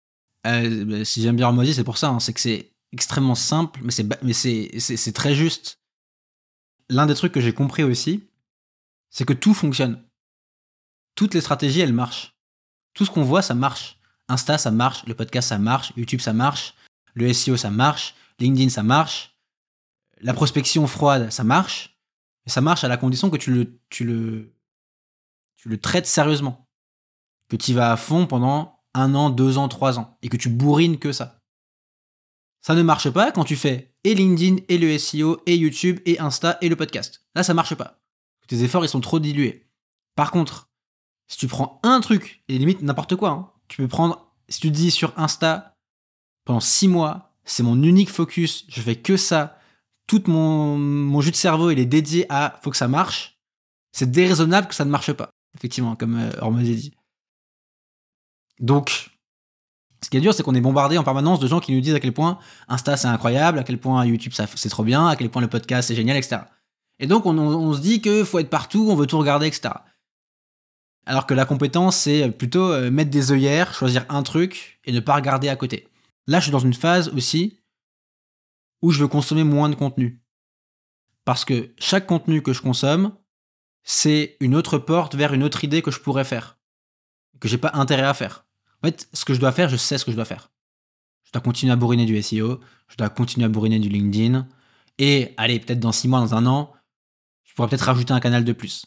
si j'aime bien Mozi, c'est pour ça. Hein, c'est que c'est extrêmement simple, mais c'est très juste. L'un des trucs que j'ai compris aussi, c'est que tout fonctionne. Toutes les stratégies, elles marchent. Tout ce qu'on voit, ça marche. Insta, ça marche. Le podcast, ça marche. YouTube, ça marche. Le SEO, ça marche. LinkedIn, ça marche. La prospection froide, ça marche. Et ça marche à la condition que tu le traites sérieusement. Que tu y vas à fond pendant 1 an, 2 ans, 3 ans. Et que tu bourrines que ça. Ça ne marche pas quand tu fais et LinkedIn, et le SEO, et YouTube, et Insta, et le podcast. Là, ça marche pas. Tes efforts, ils sont trop dilués. Par contre, si tu prends un truc, et limite n'importe quoi, hein, tu peux prendre, si tu te dis sur Insta, pendant 6 mois, c'est mon unique focus, je fais que ça, tout mon jus de cerveau, il est dédié à faut que ça marche, c'est déraisonnable que ça ne marche pas. Effectivement, comme Hormozy dit. Donc, ce qui est dur, c'est qu'on est bombardé en permanence de gens qui nous disent à quel point Insta c'est incroyable, à quel point YouTube c'est trop bien, à quel point le podcast c'est génial, etc. Et donc on se dit qu'il faut être partout, on veut tout regarder, etc. Alors que la compétence, c'est plutôt mettre des œillères, choisir un truc et ne pas regarder à côté. Là, je suis dans une phase aussi où je veux consommer moins de contenu. Parce que chaque contenu que je consomme, c'est une autre porte vers une autre idée que je pourrais faire. Que j'ai pas intérêt à faire. En fait, ce que je dois faire, je sais ce que je dois faire. Je dois continuer à bourriner du SEO, je dois continuer à bourriner du LinkedIn, et allez, peut-être dans 6 mois, dans 1 an, je pourrais peut-être rajouter un canal de plus.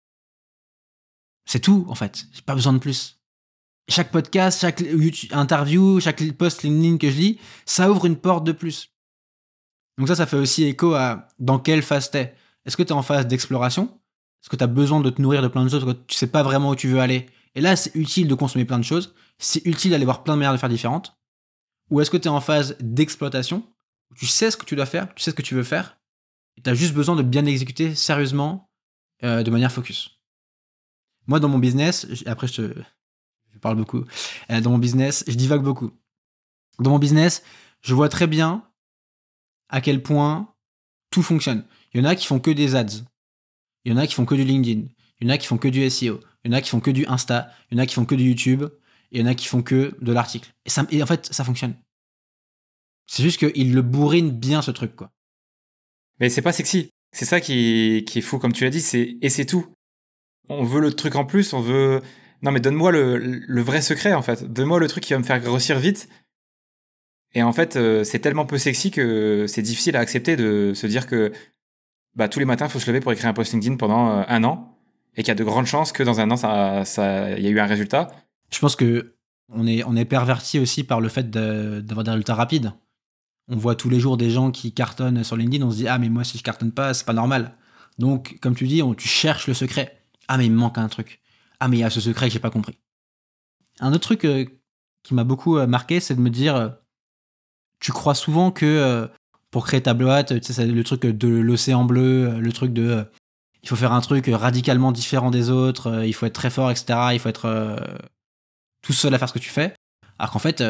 C'est tout, en fait. J'ai pas besoin de plus. Chaque podcast, chaque interview, chaque post LinkedIn que je lis, ça ouvre une porte de plus. Donc ça fait aussi écho à dans quelle phase t'es. Est-ce que t'es en phase d'exploration? Est-ce que t'as besoin de te nourrir de plein de choses quand tu sais pas vraiment où tu veux aller? Et là, c'est utile de consommer plein de choses. C'est utile d'aller voir plein de manières de faire différentes. Ou est-ce que t'es en phase d'exploitation? Où tu sais ce que tu dois faire, tu sais ce que tu veux faire, et t'as juste besoin de bien exécuter sérieusement, de manière focus. Moi, dans mon business, après je parle beaucoup, dans mon business, je divague beaucoup. Dans mon business, je vois très bien à quel point tout fonctionne. Il y en a qui font que des ads. Il y en a qui font que du LinkedIn. Il y en a qui font que du SEO. Il y en a qui font que du Insta. Il y en a qui font que du YouTube. Et il y en a qui font que de l'article. Et en fait, ça fonctionne. C'est juste qu'ils le bourrinent bien, ce truc, quoi. Mais c'est pas sexy. C'est ça qui est fou, comme tu l'as dit, et c'est tout. On veut le truc en plus, on veut... Non mais donne-moi le vrai secret, en fait. Donne-moi le truc qui va me faire grossir vite. Et en fait, c'est tellement peu sexy que c'est difficile à accepter de se dire que tous les matins, il faut se lever pour écrire un post LinkedIn pendant 1 an, et qu'il y a de grandes chances que dans 1 an, il y a eu un résultat. Je pense que on est perverti aussi par le fait d'avoir des résultats rapides. On voit tous les jours des gens qui cartonnent sur LinkedIn, on se dit « Ah, mais moi, si je cartonne pas, c'est pas normal. » Donc, comme tu dis, tu cherches le secret. « Ah, mais il me manque un truc. Ah, mais il y a ce secret que j'ai pas compris. » Un autre truc qui m'a beaucoup marqué, c'est de me dire tu crois souvent que pour créer ta boîte, tu sais, c'est le truc de l'océan bleu, le truc de il faut faire un truc radicalement différent des autres, il faut être très fort, etc. Il faut être tout seul à faire ce que tu fais. Alors qu'en fait,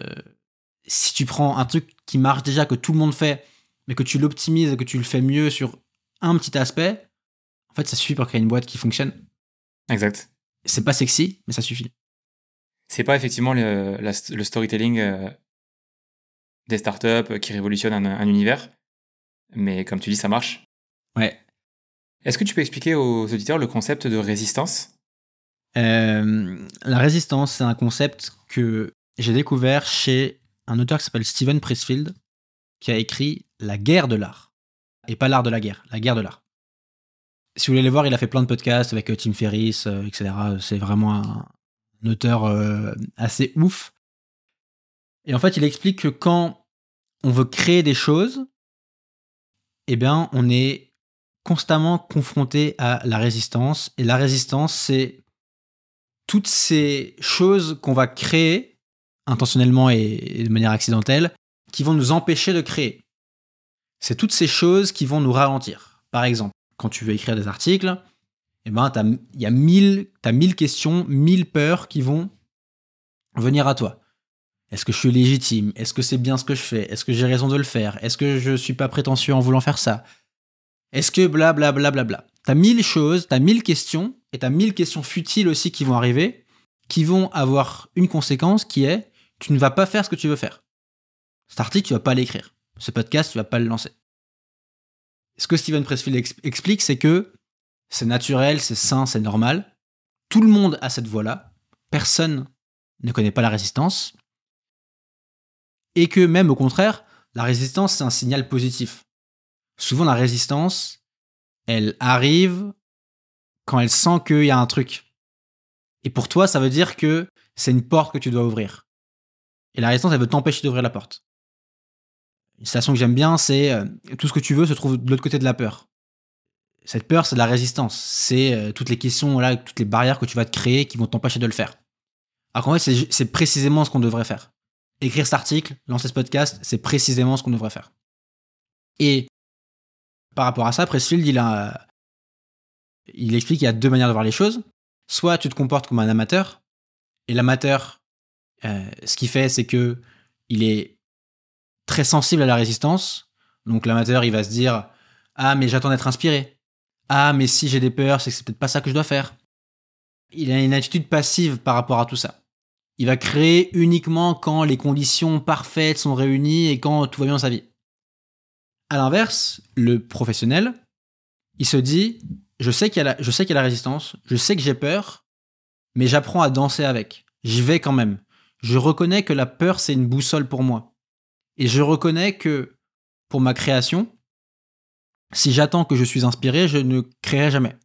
si tu prends un truc qui marche déjà, que tout le monde fait, mais que tu l'optimises et que tu le fais mieux sur un petit aspect, en fait, ça suffit pour créer une boîte qui fonctionne. Exact. C'est pas sexy, mais ça suffit. C'est pas effectivement le storytelling des startups qui révolutionnent un univers, mais comme tu dis, ça marche. Ouais. Est-ce que tu peux expliquer aux auditeurs le concept de résistance ? La résistance, c'est un concept que j'ai découvert chez un auteur qui s'appelle Steven Pressfield, qui a écrit La guerre de l'art. et pas l'art de la guerre de l'art. Si vous voulez aller voir, il a fait plein de podcasts avec Tim Ferriss, etc. C'est vraiment un auteur assez ouf. Et en fait, il explique que quand on veut créer des choses, eh bien, on est constamment confronté à la résistance. Et la résistance, c'est toutes ces choses qu'on va créer, intentionnellement et de manière accidentelle, qui vont nous empêcher de créer. C'est toutes ces choses qui vont nous ralentir. Par exemple, quand tu veux écrire des articles, eh ben, t'as 1000 questions, 1000 peurs qui vont venir à toi. Est-ce que je suis légitime? Est-ce que c'est bien ce que je fais? Est-ce que j'ai raison de le faire? Est-ce que je suis pas prétentieux en voulant faire ça? Est-ce que blablabla. T'as 1000 choses, t'as 1000 questions, et t'as 1000 questions futiles aussi qui vont arriver, qui vont avoir une conséquence qui est, tu ne vas pas faire ce que tu veux faire. Cet article, tu vas pas l'écrire. Ce podcast, tu vas pas le lancer. Ce que Steven Pressfield explique, c'est que c'est naturel, c'est sain, c'est normal. Tout le monde a cette voie-là. Personne ne connaît pas la résistance. Et que même au contraire, la résistance, c'est un signal positif. Souvent, la résistance, elle arrive quand elle sent qu'il y a un truc. Et pour toi, ça veut dire que c'est une porte que tu dois ouvrir. Et la résistance, elle veut t'empêcher d'ouvrir la porte. Une citation que j'aime bien, c'est tout ce que tu veux se trouve de l'autre côté de la peur. Cette peur, c'est de la résistance. C'est toutes les questions, là, toutes les barrières que tu vas te créer qui vont t'empêcher de le faire. Alors qu'en fait, c'est précisément ce qu'on devrait faire. Écrire cet article, lancer ce podcast, c'est précisément ce qu'on devrait faire. Et par rapport à ça, Pressfield, il explique qu'il y a deux manières de voir les choses. Soit tu te comportes comme un amateur, et l'amateur, ce qu'il fait, c'est que il est très sensible à la résistance. Donc l'amateur, il va se dire « Ah, mais j'attends d'être inspiré. Ah, mais si j'ai des peurs, c'est que c'est peut-être pas ça que je dois faire. » Il a une attitude passive par rapport à tout ça. Il va créer uniquement quand les conditions parfaites sont réunies et quand tout va bien dans sa vie. À l'inverse, le professionnel, il se dit « Je sais qu'il y a la résistance, je sais que j'ai peur, mais j'apprends à danser avec. J'y vais quand même. Je reconnais que la peur, c'est une boussole pour moi. Et je reconnais que pour ma création, si j'attends que je suis inspiré, je ne créerai jamais.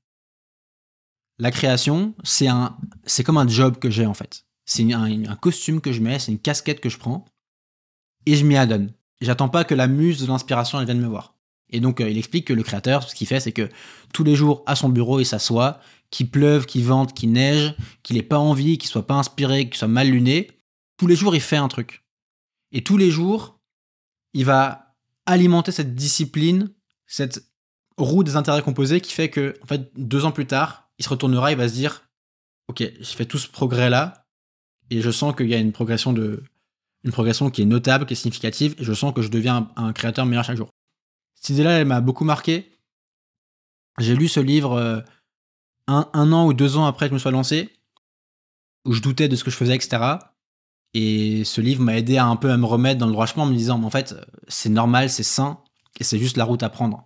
La création, c'est comme un job que j'ai en fait. C'est un costume que je mets, c'est une casquette que je prends et je m'y adonne. J'attends pas que la muse de l'inspiration elle vienne me voir. Et donc il explique que le créateur, ce qu'il fait, c'est que tous les jours à son bureau, il s'assoit, qu'il pleuve, qu'il vente, qu'il neige, qu'il ait pas envie, qu'il soit pas inspiré, qu'il soit mal luné. Tous les jours, il fait un truc. Et tous les jours, il va alimenter cette discipline, cette roue des intérêts composés qui fait que, en fait, 2 ans plus tard, il se retournera, il va se dire « Ok, j'ai fait tout ce progrès-là, et je sens qu'il y a une progression qui est notable, qui est significative, et je sens que je deviens un créateur meilleur chaque jour. » Cette idée-là, elle m'a beaucoup marqué. J'ai lu ce livre un an ou 2 ans après que je me sois lancé, où je doutais de ce que je faisais, etc. Et ce livre m'a aidé un peu à me remettre dans le droit chemin en me disant, mais en fait, c'est normal, c'est sain, et c'est juste la route à prendre.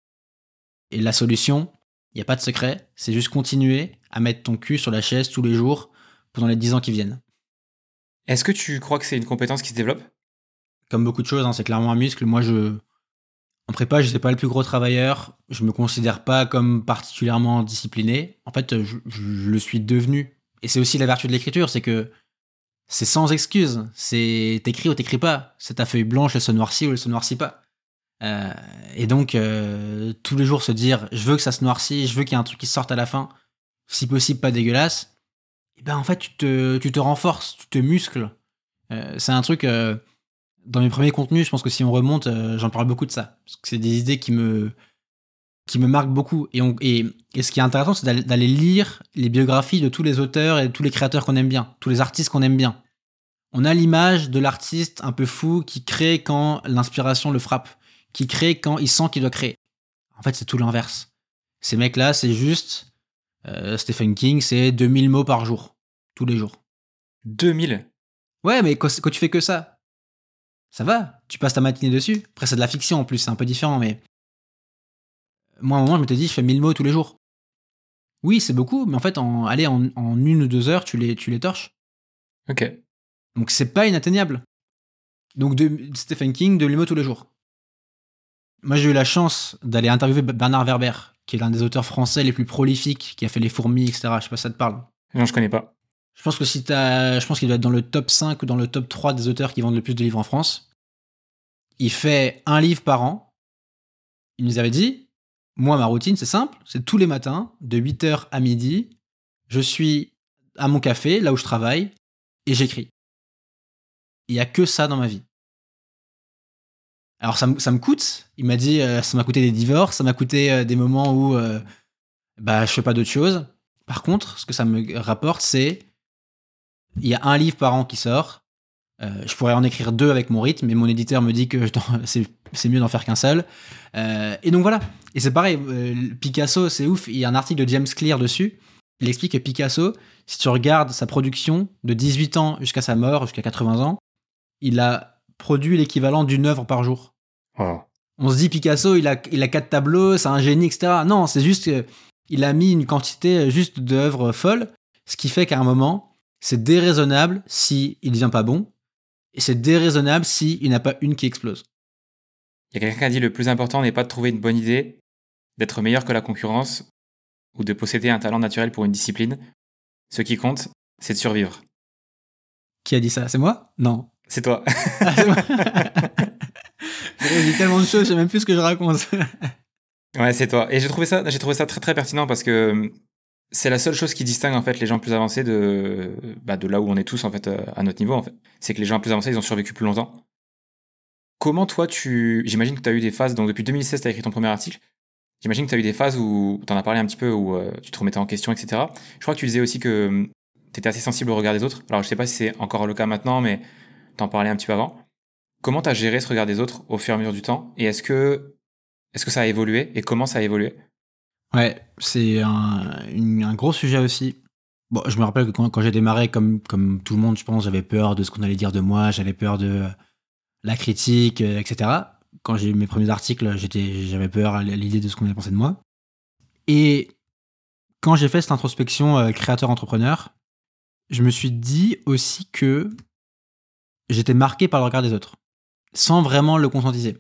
Et la solution, il n'y a pas de secret, c'est juste continuer à mettre ton cul sur la chaise tous les jours pendant les 10 ans qui viennent. Est-ce que tu crois que c'est une compétence qui se développe? Comme beaucoup de choses, hein, c'est clairement un muscle. Moi, en prépa, je n'étais pas le plus gros travailleur. Je me considère pas comme particulièrement discipliné. En fait, je le suis devenu. Et c'est aussi la vertu de l'écriture, c'est que c'est sans excuse. C'est t'écris ou t'écris pas. C'est ta feuille blanche, elle se noircit ou elle se noircit pas. Et donc, tous les jours se dire, je veux que ça se noircisse, je veux qu'il y ait un truc qui sorte à la fin, si possible pas dégueulasse. Et ben en fait, tu te renforces, tu te muscles. C'est un truc. Dans mes premiers contenus, je pense que si on remonte, j'en parle beaucoup de ça. Parce que c'est des idées qui me marquent beaucoup. Et ce qui est intéressant, c'est d'aller lire les biographies de tous les auteurs et de tous les créateurs qu'on aime bien, tous les artistes qu'on aime bien. On a l'image de l'artiste un peu fou qui crée quand l'inspiration le frappe, qui crée quand il sent qu'il doit créer. En fait, c'est tout l'inverse. Ces mecs-là, c'est juste... Stephen King, c'est 2000 mots par jour, tous les jours. 2000? Ouais, mais quand tu fais que ça va, tu passes ta matinée dessus. Après, c'est de la fiction en plus, c'est un peu différent, mais... Moi, à un moment, je m'étais dit, je fais 1000 mots tous les jours. Oui, c'est beaucoup, mais en fait, en 1 ou 2 heures, tu les torches. Ok. Donc, c'est pas inatteignable. Donc, Stephen King, 2000 mots tous les jours. Moi, j'ai eu la chance d'aller interviewer Bernard Werber, qui est l'un des auteurs français les plus prolifiques, qui a fait Les Fourmis, etc. Je sais pas si ça te parle. Non, je connais pas. Je pense qu'il doit être dans le top 5 ou dans le top 3 des auteurs qui vendent le plus de livres en France. Il fait un livre par an. Il nous avait dit, moi, ma routine, c'est simple. C'est tous les matins, de 8h à midi, je suis à mon café, là où je travaille, et j'écris. Il n'y a que ça dans ma vie. Alors ça me coûte. Il m'a dit, ça m'a coûté des divorces, ça m'a coûté des moments où je fais pas d'autre chose. Par contre, ce que ça me rapporte, c'est il y a un livre par an qui sort. Je pourrais en écrire 2 avec mon rythme, mais mon éditeur me dit que c'est mieux d'en faire qu'un seul. Et donc voilà. Et c'est pareil, Picasso, c'est ouf. Il y a un article de James Clear dessus. Il explique que Picasso, si tu regardes sa production de 18 ans jusqu'à sa mort, jusqu'à 80 ans, il a produit l'équivalent d'une œuvre par jour. Wow. On se dit Picasso, il a 4 tableaux, c'est un génie, etc. Non, c'est juste qu'il a mis une quantité juste d'œuvres folles, ce qui fait qu'à un moment, c'est déraisonnable s'il ne devient pas bon, et c'est déraisonnable s'il n'y en a pas une qui explose. Il y a quelqu'un qui a dit le plus important n'est pas de trouver une bonne idée, d'être meilleur que la concurrence ou de posséder un talent naturel pour une discipline. Ce qui compte, c'est de survivre. Qui a dit ça? C'est moi? Non. C'est toi. Ah, c'est moi. J'ai dit tellement de choses, je sais même plus ce que je raconte. Ouais, c'est toi. Et j'ai trouvé ça très très pertinent parce que c'est la seule chose qui distingue en fait les gens plus avancés de là où on est tous en fait à notre niveau en fait. C'est que les gens plus avancés, ils ont survécu plus longtemps. Comment toi j'imagine que tu as eu des phases, donc depuis 2016 tu as écrit ton premier article. J'imagine que tu as eu des phases où tu en as parlé un petit peu, où tu te remettais en question, etc. Je crois que tu disais aussi que tu étais assez sensible au regard des autres. Alors je sais pas si c'est encore le cas maintenant, mais t'en parlais un petit peu avant. Comment tu as géré ce regard des autres au fur et à mesure du temps? Et est-ce que ça a évolué? Et comment ça a évolué? Ouais, c'est un gros sujet aussi. Bon, je me rappelle que quand j'ai démarré, comme tout le monde, je pense, j'avais peur de ce qu'on allait dire de moi, j'avais peur de la critique, etc. Quand j'ai eu mes premiers articles, j'avais peur à l'idée de ce qu'on allait penser de moi. Et quand j'ai fait cette introspection créateur-entrepreneur, je me suis dit aussi que j'étais marqué par le regard des autres, sans vraiment le conscientiser.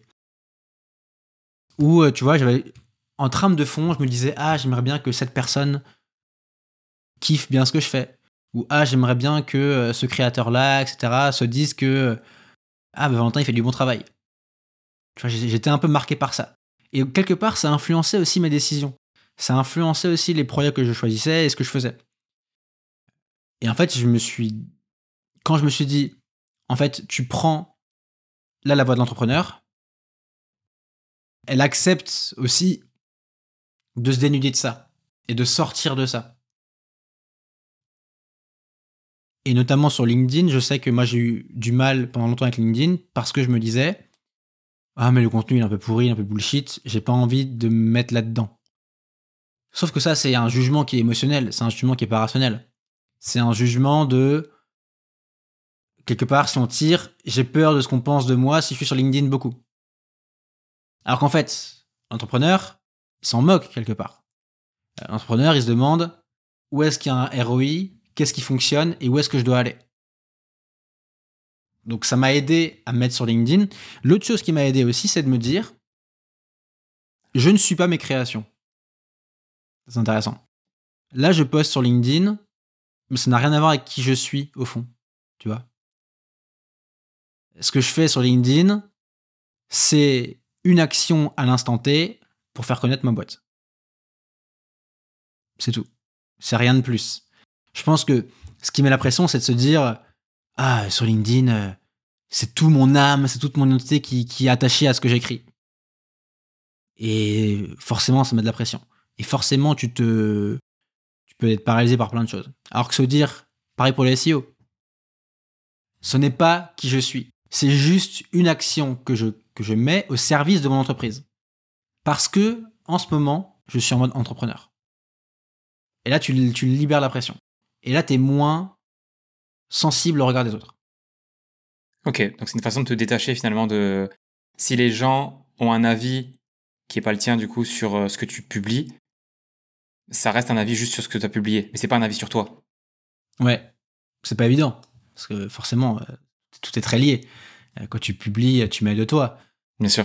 Ou, tu vois, j'avais en trame de fond, je me disais, j'aimerais bien que cette personne kiffe bien ce que je fais. Ou, j'aimerais bien que ce créateur-là, etc., se dise que, Valentin, il fait du bon travail. Tu vois, j'étais un peu marqué par ça. Et quelque part, ça influençait aussi mes décisions. Ça influençait aussi les projets que je choisissais et ce que je faisais. Et en fait, quand je me suis dit, en fait, tu prends là la voie de l'entrepreneur, elle accepte aussi de se dénuder de ça et de sortir de ça. Et notamment sur LinkedIn, je sais que moi j'ai eu du mal pendant longtemps avec LinkedIn parce que je me disais, mais le contenu il est un peu pourri, il est un peu bullshit, j'ai pas envie de me mettre là-dedans. Sauf que ça, c'est un jugement qui est émotionnel, c'est un jugement qui est pas rationnel. C'est un jugement de, quelque part, si on tire, j'ai peur de ce qu'on pense de moi si je suis sur LinkedIn beaucoup. Alors qu'en fait, l'entrepreneur, il s'en moque quelque part. L'entrepreneur, il se demande où est-ce qu'il y a un ROI, qu'est-ce qui fonctionne et où est-ce que je dois aller. Donc ça m'a aidé à me mettre sur LinkedIn. L'autre chose qui m'a aidé aussi, c'est de me dire, je ne suis pas mes créations. C'est intéressant. Là, je poste sur LinkedIn, mais ça n'a rien à voir avec qui je suis au fond, tu vois. Ce que je fais sur LinkedIn, c'est une action à l'instant T pour faire connaître ma boîte. C'est tout. C'est rien de plus. Je pense que ce qui met la pression, c'est de se dire, sur LinkedIn, c'est tout mon âme, c'est toute mon identité qui est attachée à ce que j'écris. Et forcément, ça met de la pression. Et forcément, tu peux être paralysé par plein de choses. Alors que se dire, pareil pour les SEO, ce n'est pas qui je suis. C'est juste une action que je mets au service de mon entreprise. Parce que, en ce moment, je suis en mode entrepreneur. Et là, tu libères la pression. Et là, tu es moins sensible au regard des autres. Ok, donc c'est une façon de te détacher finalement de... Si les gens ont un avis qui n'est pas le tien du coup sur ce que tu publies, ça reste un avis juste sur ce que tu as publié, mais c'est pas un avis sur toi. Ouais, c'est pas évident. Parce que forcément, tout est très lié. Quand tu publies, tu mets de toi. Bien sûr.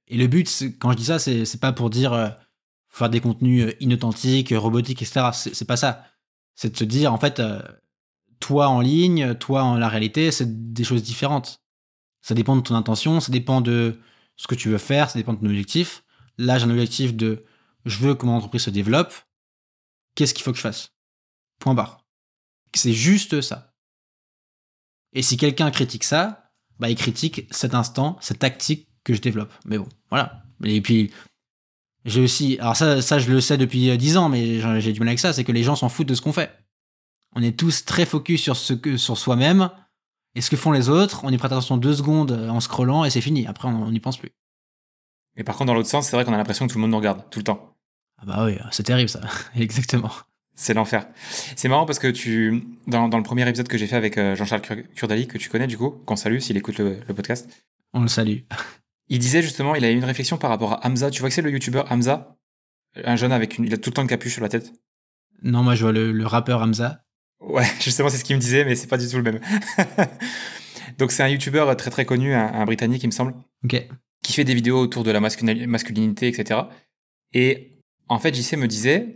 Et le but, quand je dis ça, c'est pas pour dire faire des contenus inauthentiques, robotiques, etc. C'est pas ça. C'est de se dire, en fait, toi en ligne, toi en la réalité, c'est des choses différentes. Ça dépend de ton intention, ça dépend de ce que tu veux faire, ça dépend de ton objectif. Là, j'ai un objectif de je veux que mon entreprise se développe. Qu'est-ce qu'il faut que je fasse? Point barre. C'est juste ça. Et si quelqu'un critique ça, bah, il critique cet instant, cette tactique que je développe. Mais bon, voilà. Et puis, j'ai aussi... Alors ça je le sais depuis 10 ans, mais j'ai du mal avec ça, c'est que les gens s'en foutent de ce qu'on fait. On est tous très focus sur soi-même. Et ce que font les autres, on y prête attention 2 secondes en scrollant et c'est fini. Après, on n'y pense plus. Et par contre, dans l'autre sens, c'est vrai qu'on a l'impression que tout le monde nous regarde, tout le temps. Ah bah oui, c'est terrible ça. Exactement. C'est l'enfer. C'est marrant parce que dans le premier épisode que j'ai fait avec Jean-Charles Kurdali, que tu connais du coup, qu'on salue s'il écoute le podcast, On le salue. il disait justement, il a eu une réflexion par rapport à Hamza. Tu vois que c'est le youtubeur Hamza? Un jeune il a tout le temps une capuche sur la tête. Non, moi je vois le rappeur Hamza. Ouais, justement, c'est ce qu'il me disait, mais c'est pas du tout le même. Donc c'est un youtubeur très très connu, un Britannique, il me semble, Ok. qui fait des vidéos autour de la masculinité, etc. Et en fait, JC me disait,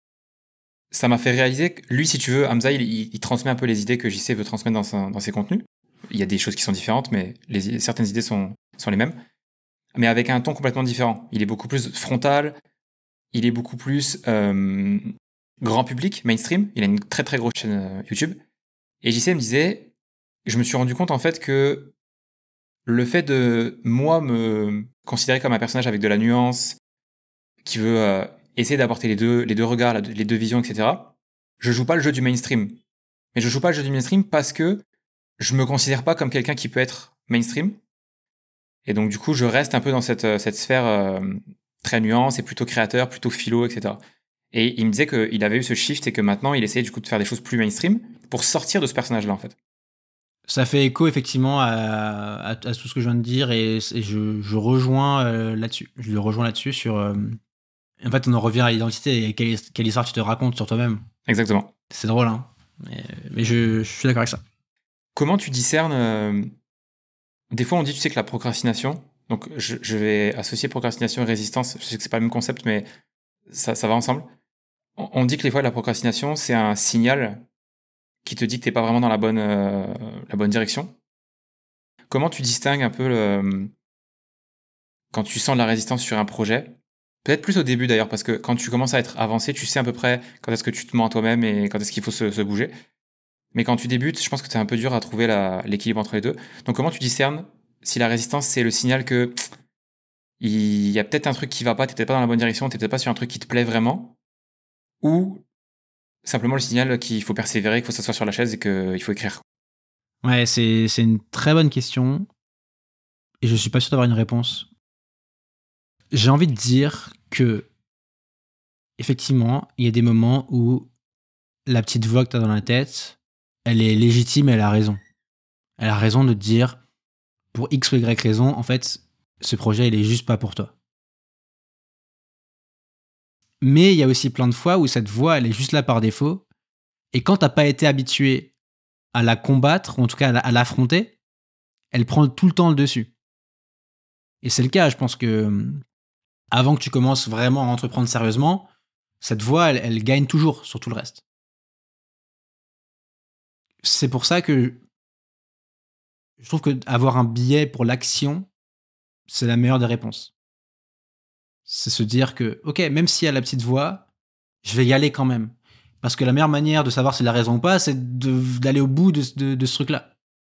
ça m'a fait réaliser que lui, si tu veux, Hamza, il transmet un peu les idées que JC veut transmettre dans ses contenus. Il y a des choses qui sont différentes, mais certaines idées sont les mêmes. Mais avec un ton complètement différent. Il est beaucoup plus frontal, il est beaucoup plus grand public, mainstream. Il a une très très grosse chaîne YouTube. Et JC me disait, je me suis rendu compte en fait que le fait de moi me considérer comme un personnage avec de la nuance, qui veut essayer d'apporter les deux regards, les deux visions, etc. Je joue pas le jeu du mainstream. Mais je joue pas le jeu du mainstream parce que je me considère pas comme quelqu'un qui peut être mainstream. Et donc du coup, je reste un peu dans cette sphère très nuance et plutôt créateur, plutôt philo, etc. Et il me disait qu'il avait eu ce shift et que maintenant, il essayait du coup de faire des choses plus mainstream pour sortir de ce personnage-là, en fait. Ça fait écho effectivement à tout ce que je viens de dire et je rejoins là-dessus. Je le rejoins là-dessus sur... En fait, on en revient à l'identité et quelle histoire tu te racontes sur toi-même. Exactement. C'est drôle, hein. Mais je suis d'accord avec ça. Comment tu discernes des fois, on dit, tu sais, que la procrastination, donc je vais associer procrastination et résistance, je sais que c'est pas le même concept, mais ça va ensemble. On dit que des fois, la procrastination, c'est un signal qui te dit que t'es pas vraiment dans la bonne direction. Comment tu distingues un peu quand tu sens de la résistance sur un projet? Peut-être plus au début d'ailleurs, parce que quand tu commences à être avancé, tu sais à peu près quand est-ce que tu te mens à toi-même et quand est-ce qu'il faut se bouger. Mais quand tu débutes, je pense que c'est un peu dur à trouver l'équilibre entre les deux. Donc comment tu discernes si la résistance, c'est le signal que il y a peut-être un truc qui va pas, t'es peut-être pas dans la bonne direction, t'es peut-être pas sur un truc qui te plaît vraiment, ou simplement le signal qu'il faut persévérer, qu'il faut s'asseoir sur la chaise et qu'il faut écrire. Ouais, c'est une très bonne question et je suis pas sûr d'avoir une réponse. J'ai envie de dire que effectivement, il y a des moments où la petite voix que tu as dans la tête, elle est légitime et elle a raison. Elle a raison de te dire, pour X ou Y raison, en fait, ce projet, il est juste pas pour toi. Mais il y a aussi plein de fois où cette voix, elle est juste là par défaut. Et quand t'as pas été habitué à la combattre, ou en tout cas à l'affronter, elle prend tout le temps le dessus. Et c'est le cas, je pense que avant que tu commences vraiment à entreprendre sérieusement, cette voix, elle gagne toujours sur tout le reste. C'est pour ça que je trouve qu'avoir un biais pour l'action, c'est la meilleure des réponses. C'est se dire que, ok, même s'il y a la petite voix, je vais y aller quand même. Parce que la meilleure manière de savoir s'il a raison ou pas, c'est d'aller au bout de ce truc-là.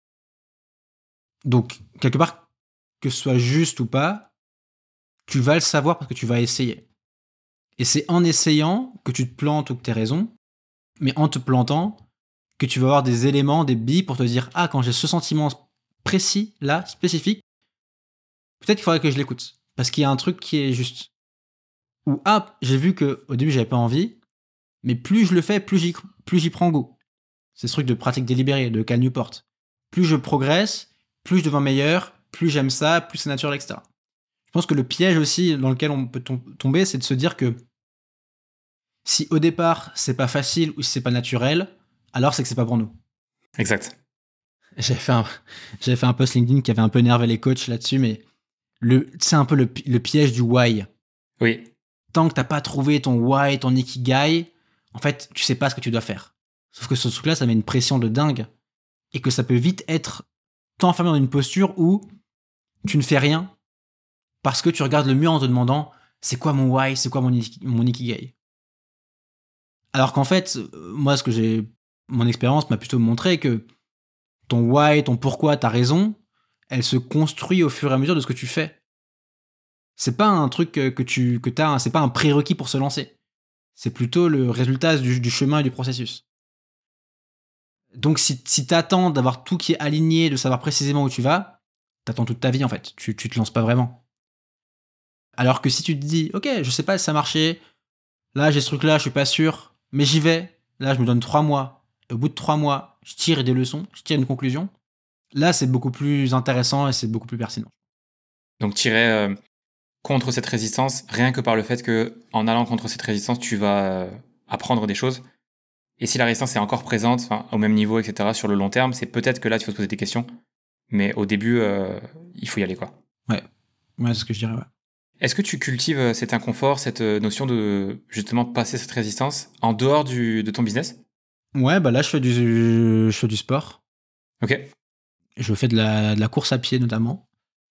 Donc, quelque part, que ce soit juste ou pas, tu vas le savoir parce que tu vas essayer. Et c'est en essayant que tu te plantes ou que tu as raison, mais en te plantant, que tu vas avoir des éléments, des billes pour te dire, ah, quand j'ai ce sentiment précis, là, spécifique, peut-être qu'il faudrait que je l'écoute. Parce qu'il y a un truc qui est juste. Ou, ah, j'ai vu qu'au début, j'avais pas envie, mais plus je le fais, plus j'y prends goût. C'est ce truc de pratique délibérée, de Cal Newport. Plus je progresse, plus je deviens meilleur, plus j'aime ça, plus c'est naturel, etc. Je pense que le piège aussi dans lequel on peut tomber, c'est de se dire que si au départ, c'est pas facile ou si c'est pas naturel, alors c'est que c'est pas pour nous. Exact. J'avais fait un post LinkedIn qui avait un peu énervé les coachs là-dessus, mais C'est un peu le piège du why. Oui. Tant que t'as pas trouvé ton why, ton ikigai, en fait, tu sais pas ce que tu dois faire. Sauf que ce truc-là, ça met une pression de dingue et que ça peut vite être t'enfermer dans une posture où tu ne fais rien parce que tu regardes le mur en te demandant c'est quoi mon why, c'est quoi mon ikigai. Alors qu'en fait, moi, mon expérience m'a plutôt montré que ton why, ton pourquoi, ta raison, elle se construit au fur et à mesure de ce que tu fais. C'est pas un truc que t'as, c'est pas un prérequis pour se lancer. C'est plutôt le résultat du chemin et du processus. Donc si t'attends d'avoir tout qui est aligné, de savoir précisément où tu vas, t'attends toute ta vie en fait. Tu te lances pas vraiment. Alors que si tu te dis, ok, je sais pas si ça marchait, là j'ai ce truc-là, je suis pas sûr, mais j'y vais. Là je me donne 3 mois. Et au bout de 3 mois, je tire des leçons, je tire une conclusion. Là c'est beaucoup plus intéressant et c'est beaucoup plus pertinent. Donc tirer contre cette résistance, rien que par le fait que en allant contre cette résistance, tu vas apprendre des choses. Et si la résistance est encore présente, au même niveau, etc., sur le long terme, c'est peut-être que là, tu faut se poser des questions. Mais au début, il faut y aller, quoi. Ouais, c'est ce que je dirais, ouais. Est-ce que tu cultives cet inconfort, cette notion de, justement, passer cette résistance en dehors de ton business? Ouais, bah là, je fais du sport. Ok. Je fais de la course à pied, notamment.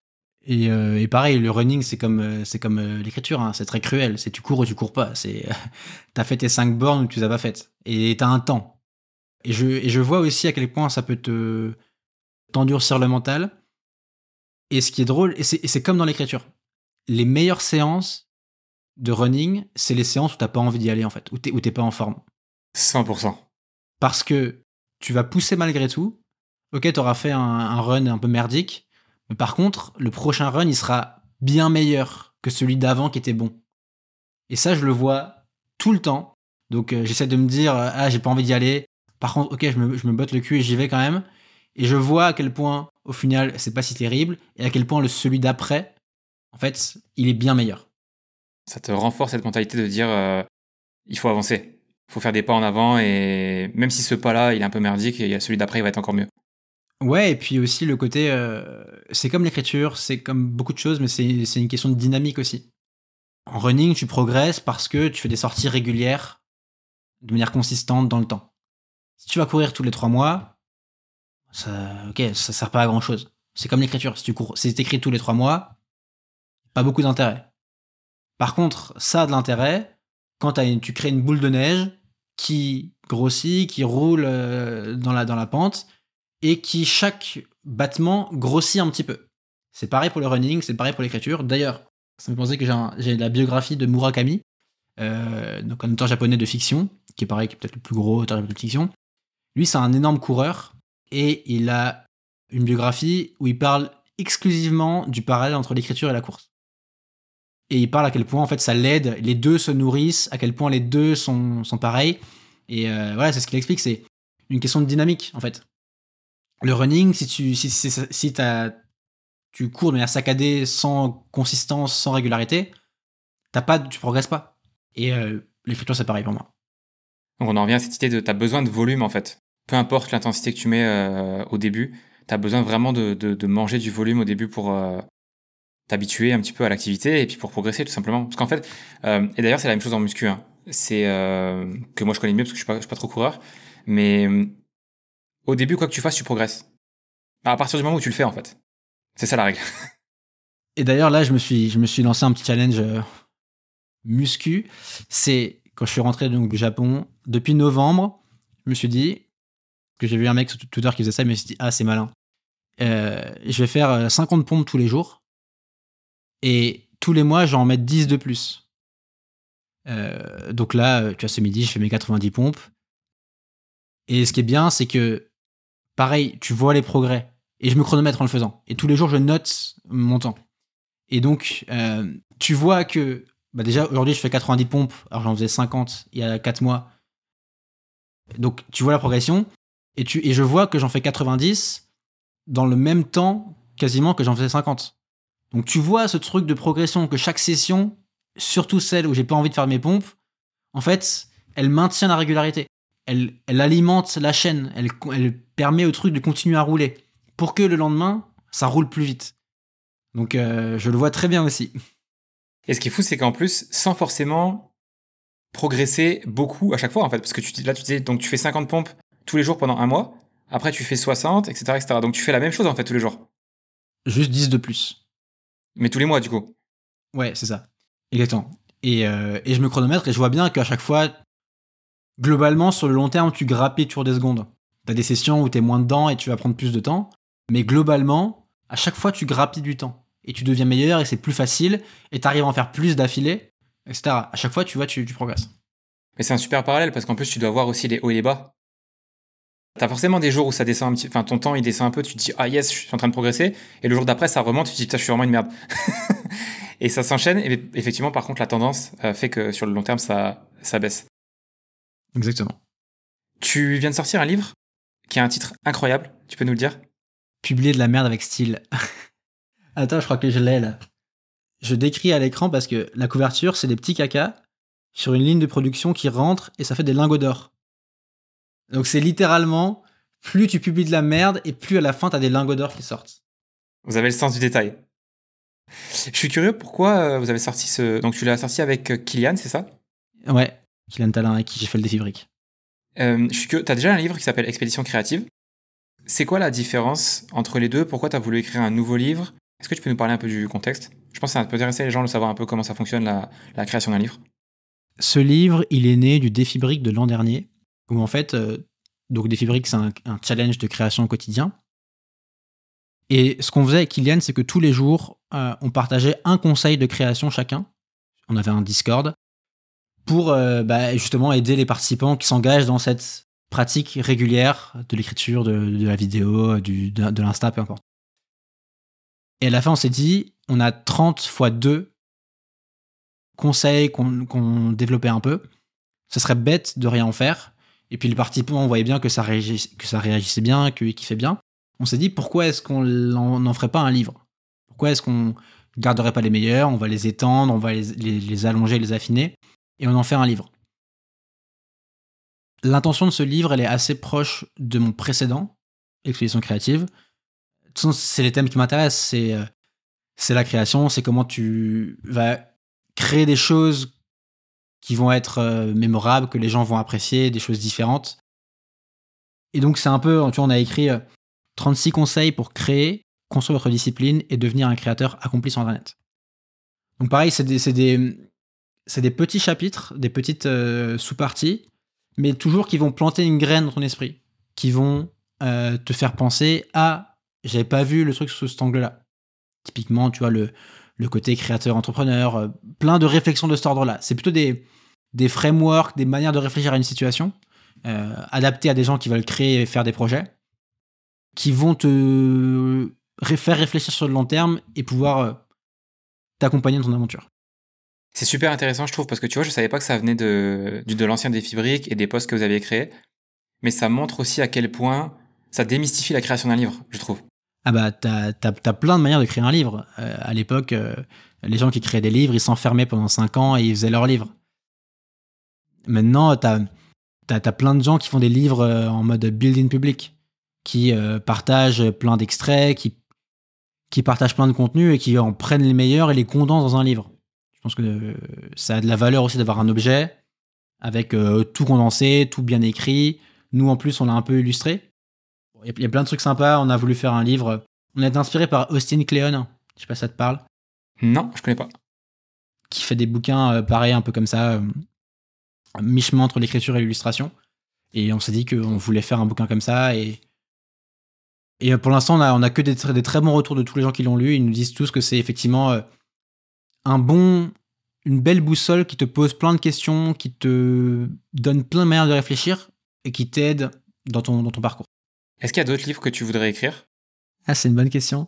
Et pareil, le running, c'est comme l'écriture, hein, c'est très cruel. C'est tu cours ou tu cours pas. T'as fait tes 5 bornes ou tu les as pas faites. Et t'as un temps. Et je vois aussi à quel point ça peut t'endurcir le mental. Et ce qui est drôle, et c'est comme dans l'écriture. Les meilleures séances de running, c'est les séances où t'as pas envie d'y aller, en fait, où t'es pas en forme. 100%. Parce que tu vas pousser malgré tout. Ok, t'auras fait un run un peu merdique. Mais par contre, le prochain run, il sera bien meilleur que celui d'avant qui était bon. Et ça, je le vois tout le temps. Donc, j'essaie de me dire, ah, j'ai pas envie d'y aller. Par contre, ok, je me botte le cul et j'y vais quand même. Et je vois à quel point, au final, c'est pas si terrible. Et à quel point celui d'après, en fait, il est bien meilleur. Ça te renforce cette mentalité de dire, il faut avancer. Il faut faire des pas en avant. Et même si ce pas-là, il est un peu merdique, et celui d'après, il va être encore mieux. Ouais, et puis aussi le côté, c'est comme l'écriture, c'est comme beaucoup de choses, mais c'est une question de dynamique aussi. En running, tu progresses parce que tu fais des sorties régulières de manière consistante dans le temps. Si tu vas courir tous les 3 mois, ça sert pas à grand chose. C'est comme l'écriture. Si t'écris tous les 3 mois, pas beaucoup d'intérêt. Par contre, ça a de l'intérêt quand tu crées une boule de neige qui grossit, qui roule dans la pente et qui, chaque battement, grossit un petit peu. C'est pareil pour le running, c'est pareil pour l'écriture. D'ailleurs, ça me fait penser que j'ai la biographie de Murakami, donc un auteur japonais de fiction, qui est pareil, qui est peut-être le plus gros auteur de fiction. Lui, c'est un énorme coureur et il a une biographie où il parle exclusivement du parallèle entre l'écriture et la course. Et il parle à quel point, en fait, ça l'aide, les deux se nourrissent, à quel point les deux sont pareils. Et voilà, c'est ce qu'il explique, c'est une question de dynamique, en fait. Le running, si tu cours de manière saccadée, sans consistance, sans régularité, tu progresses pas. Et l'écriture, c'est pareil pour moi. Donc on en revient à cette idée de t'as besoin de volume en fait. Peu importe l'intensité que tu mets au début, t'as besoin vraiment de manger du volume au début pour t'habituer un petit peu à l'activité et puis pour progresser tout simplement. Parce qu'en fait, et d'ailleurs c'est la même chose en muscu, hein. C'est que moi je connais mieux parce que je suis pas trop coureur, mais au début quoi que tu fasses tu progresses. À partir du moment où tu le fais en fait. C'est ça la règle. Et d'ailleurs là je me suis lancé un petit challenge muscu. C'est quand je suis rentré donc, du Japon, depuis novembre, je me suis dit que j'ai vu un mec sur Twitter qui faisait ça, je me suis dit ah c'est malin. Je vais faire 50 pompes tous les jours et tous les mois je vais en mettre 10 de plus. Donc là, tu vois, ce midi, je fais mes 90 pompes. Et ce qui est bien, c'est que, pareil, tu vois les progrès. Et je me chronomètre en le faisant. Et tous les jours, je note mon temps. Et donc, tu vois que, bah déjà, aujourd'hui, je fais 90 pompes, alors j'en faisais 50 il y a 4 mois. Donc, tu vois la progression. Et je vois que j'en fais 90 dans le même temps, quasiment, que j'en faisais 50. Donc, tu vois ce truc de progression, que chaque session, surtout celle où j'ai pas envie de faire mes pompes, en fait, elle maintient la régularité. Elle alimente la chaîne. Elle permet au truc de continuer à rouler. Pour que le lendemain, ça roule plus vite. Donc, je le vois très bien aussi. Et ce qui est fou, c'est qu'en plus, sans forcément progresser beaucoup à chaque fois, en fait, parce que là, tu disais, donc tu fais 50 pompes tous les jours pendant un mois, après tu fais 60, etc., etc. Donc tu fais la même chose, en fait, tous les jours. Juste 10 de plus. Mais tous les mois, du coup. Ouais, c'est ça. Exactement. Et je me chronomètre et je vois bien qu'à chaque fois, globalement, sur le long terme, tu grappilles toujours des secondes. T'as des sessions où t'es moins dedans et tu vas prendre plus de temps. Mais globalement, à chaque fois, tu grappilles du temps. Et tu deviens meilleur et c'est plus facile. Et t'arrives à en faire plus d'affilée, etc. À chaque fois, tu vois, tu progresses. Mais c'est un super parallèle, parce qu'en plus, tu dois voir aussi les hauts et les bas. T'as forcément des jours où ça descend un petit, enfin, ton temps, il descend un peu, tu te dis, ah yes, je suis en train de progresser. Et le jour d'après, ça remonte, tu te dis, putain, je suis vraiment une merde. Et ça s'enchaîne. Et effectivement, par contre, la tendance fait que sur le long terme, ça baisse. Exactement. Tu viens de sortir un livre qui a un titre incroyable. Tu peux nous le dire? Publier de la merde avec style. Attends, je crois que je l'ai là. Je décris à l'écran parce que la couverture, c'est des petits cacas sur une ligne de production qui rentre et ça fait des lingots d'or. Donc c'est littéralement, plus tu publies de la merde et plus à la fin, t'as des lingots d'or qui sortent. Vous avez le sens du détail. Je suis curieux pourquoi vous avez sorti ce. Donc tu l'as sorti avec Kylian, c'est ça? Ouais, Kylian Talin avec qui j'ai fait le défi brique. Je suis curieux. T'as déjà un livre qui s'appelle Expédition créative. C'est quoi la différence entre les deux? Pourquoi t'as voulu écrire un nouveau livre? Est-ce que tu peux nous parler un peu du contexte? Je pense que ça peut intéresser les gens de savoir un peu comment ça fonctionne la création d'un livre. Ce livre, il est né du défi brique de l'an dernier, où en fait, donc défi brique, c'est un challenge de création au quotidien. Et ce qu'on faisait avec Kylian, c'est que tous les jours, on partageait un conseil de création chacun. On avait un Discord pour justement aider les participants qui s'engagent dans cette pratique régulière de l'écriture, de la vidéo, de l'Insta, peu importe. Et à la fin, on s'est dit, on a 30 fois 2 conseils qu'on développait un peu. Ce serait bête de rien en faire. Et puis les participants, on voyait bien que ça réagissait bien, qu'ils kiffaient bien. On s'est dit, pourquoi est-ce qu'on n'en ferait pas un livre? Pourquoi est-ce qu'on garderait pas les meilleurs? On va les étendre, on va les allonger, les affiner, et on en fait un livre. L'intention de ce livre, elle est assez proche de mon précédent, Expédition créative. De toute façon, c'est les thèmes qui m'intéressent. C'est la création, c'est comment tu vas créer des choses qui vont être mémorables, que les gens vont apprécier, des choses différentes. Et donc, c'est un peu, tu vois, on a écrit 36 conseils pour créer, construire votre discipline et devenir un créateur accompli sur Internet. Donc, pareil, c'est des petits chapitres, des petites sous-parties, mais toujours qui vont planter une graine dans ton esprit, qui vont te faire penser à j'avais pas vu le truc sous cet angle-là. Typiquement, tu vois, le côté créateur-entrepreneur, plein de réflexions de cet ordre-là. C'est plutôt des frameworks, des manières de réfléchir à une situation, adaptées à des gens qui veulent créer et faire des projets, qui vont te faire réfléchir sur le long terme et pouvoir t'accompagner dans ton aventure. C'est super intéressant, je trouve, parce que tu vois, je savais pas que ça venait de l'ancien défi brique et des posts que vous aviez créés, mais ça montre aussi à quel point ça démystifie la création d'un livre, je trouve. Ah bah, t'as plein de manières de créer un livre. À l'époque, les gens qui créaient des livres, ils s'enfermaient pendant 5 ans et ils faisaient leurs livres. Maintenant, t'as plein de gens qui font des livres en mode building public, qui partagent plein d'extraits, qui partagent plein de contenus et qui en prennent les meilleurs et les condensent dans un livre. Je pense que ça a de la valeur aussi d'avoir un objet avec tout condensé, tout bien écrit. Nous, en plus, on l'a un peu illustré. Il y a plein de trucs sympas. On a voulu faire un livre. On a été inspiré par Austin Kleon. Je sais pas si ça te parle. Non, je connais pas. Qui fait des bouquins pareils, un peu comme ça, mi-chemin entre l'écriture et l'illustration. Et on s'est dit qu'on voulait faire un bouquin comme ça. Et pour l'instant, on a que des très bons retours de tous les gens qui l'ont lu. Ils nous disent tous que c'est effectivement une belle boussole qui te pose plein de questions, qui te donne plein de manières de réfléchir et qui t'aide dans ton parcours. Est-ce qu'il y a d'autres livres que tu voudrais écrire? Ah, c'est une bonne question.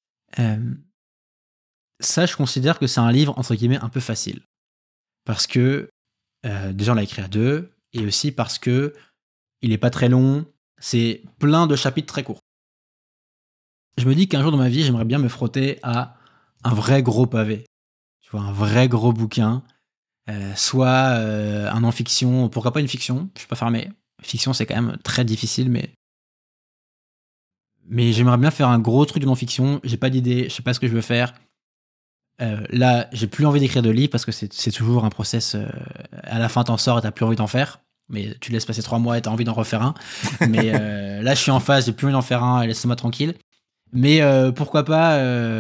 Ça, je considère que c'est un livre, entre guillemets, un peu facile. Parce que, déjà, on l'a écrit à 2, et aussi parce que il est pas très long, c'est plein de chapitres très courts. Je me dis qu'un jour dans ma vie, j'aimerais bien me frotter à un vrai gros pavé. Tu vois, un vrai gros bouquin, soit un non-fiction, pourquoi pas une fiction, je suis pas fermé. Fiction, c'est quand même très difficile, mais Mais j'aimerais bien faire un gros truc de non-fiction. J'ai pas d'idée, je sais pas ce que je veux faire. Là, j'ai plus envie d'écrire de livres parce que c'est toujours un process. À la fin, t'en sors et t'as plus envie d'en faire. Mais tu laisses passer 3 mois et t'as envie d'en refaire un. Mais là, je suis en phase, j'ai plus envie d'en faire un et laissez-moi tranquille. Mais pourquoi pas.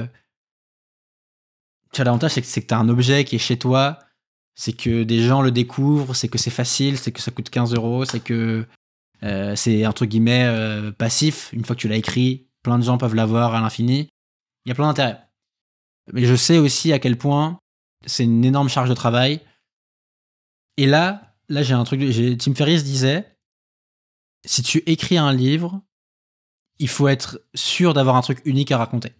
Tu vois, l'avantage, c'est que t'as un objet qui est chez toi. C'est que des gens le découvrent, c'est que c'est facile, c'est que ça coûte 15 €, c'est que c'est entre guillemets passif. Une fois que tu l'as écrit, plein de gens peuvent l'avoir à l'infini. Il y a plein d'intérêts. Mais je sais aussi à quel point c'est une énorme charge de travail. Et là j'ai un truc. Tim Ferriss disait, si tu écris un livre, il faut être sûr d'avoir un truc unique à raconter.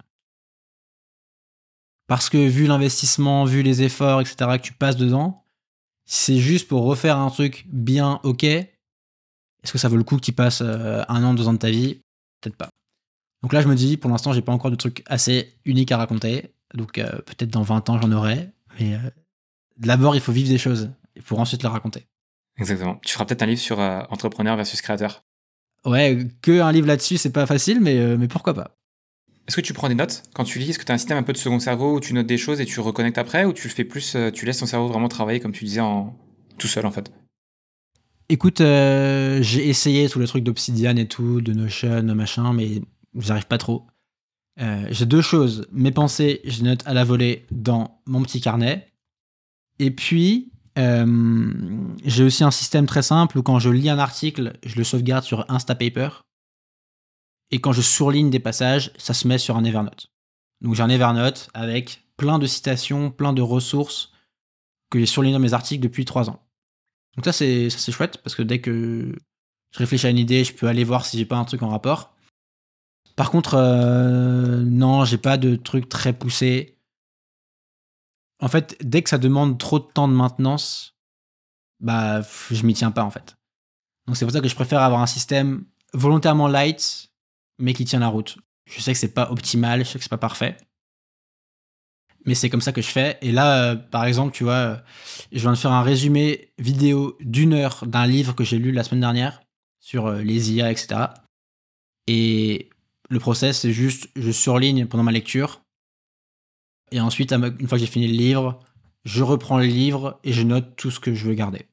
Parce que vu l'investissement, vu les efforts, etc., que tu passes dedans, si c'est juste pour refaire un truc bien, ok, est-ce que ça vaut le coup que tu passes 1 an, 2 ans de ta vie? Peut-être pas. Donc là, je me dis, pour l'instant, j'ai pas encore de truc assez unique à raconter. Donc peut-être dans 20 ans, j'en aurai. Mais d'abord, il faut vivre des choses pour ensuite les raconter. Exactement. Tu feras peut-être un livre sur entrepreneur versus créateur. Ouais, que un livre là-dessus, c'est pas facile, mais pourquoi pas. Est-ce que tu prends des notes quand tu lis? Est-ce que tu as un système un peu de second cerveau où tu notes des choses et tu reconnectes après, ou tu le fais plus, tu laisses ton cerveau vraiment travailler comme tu disais tout seul en fait? Écoute, j'ai essayé tous les trucs d'Obsidian et tout, de Notion, machin, mais j'arrive pas trop. J'ai 2 choses. Mes pensées, je les note à la volée dans mon petit carnet. Et puis, j'ai aussi un système très simple où quand je lis un article, je le sauvegarde sur Instapaper. Et quand je surligne des passages, ça se met sur un Evernote. Donc j'ai un Evernote avec plein de citations, plein de ressources que j'ai surlignées dans mes articles depuis 3 ans. Donc ça c'est chouette parce que dès que je réfléchis à une idée, je peux aller voir si j'ai pas un truc en rapport. Par contre, non, j'ai pas de truc très poussé. En fait, dès que ça demande trop de temps de maintenance, bah je m'y tiens pas en fait. Donc c'est pour ça que je préfère avoir un système volontairement light, mais qui tient la route. Je sais que c'est pas optimal, je sais que c'est pas parfait, mais c'est comme ça que je fais. Et là, par exemple, tu vois, je viens de faire un résumé vidéo d'1 heure d'un livre que j'ai lu la semaine dernière sur les IA, etc. Et le process, c'est juste, je surligne pendant ma lecture, et ensuite, une fois que j'ai fini le livre, je reprends le livre et je note tout ce que je veux garder.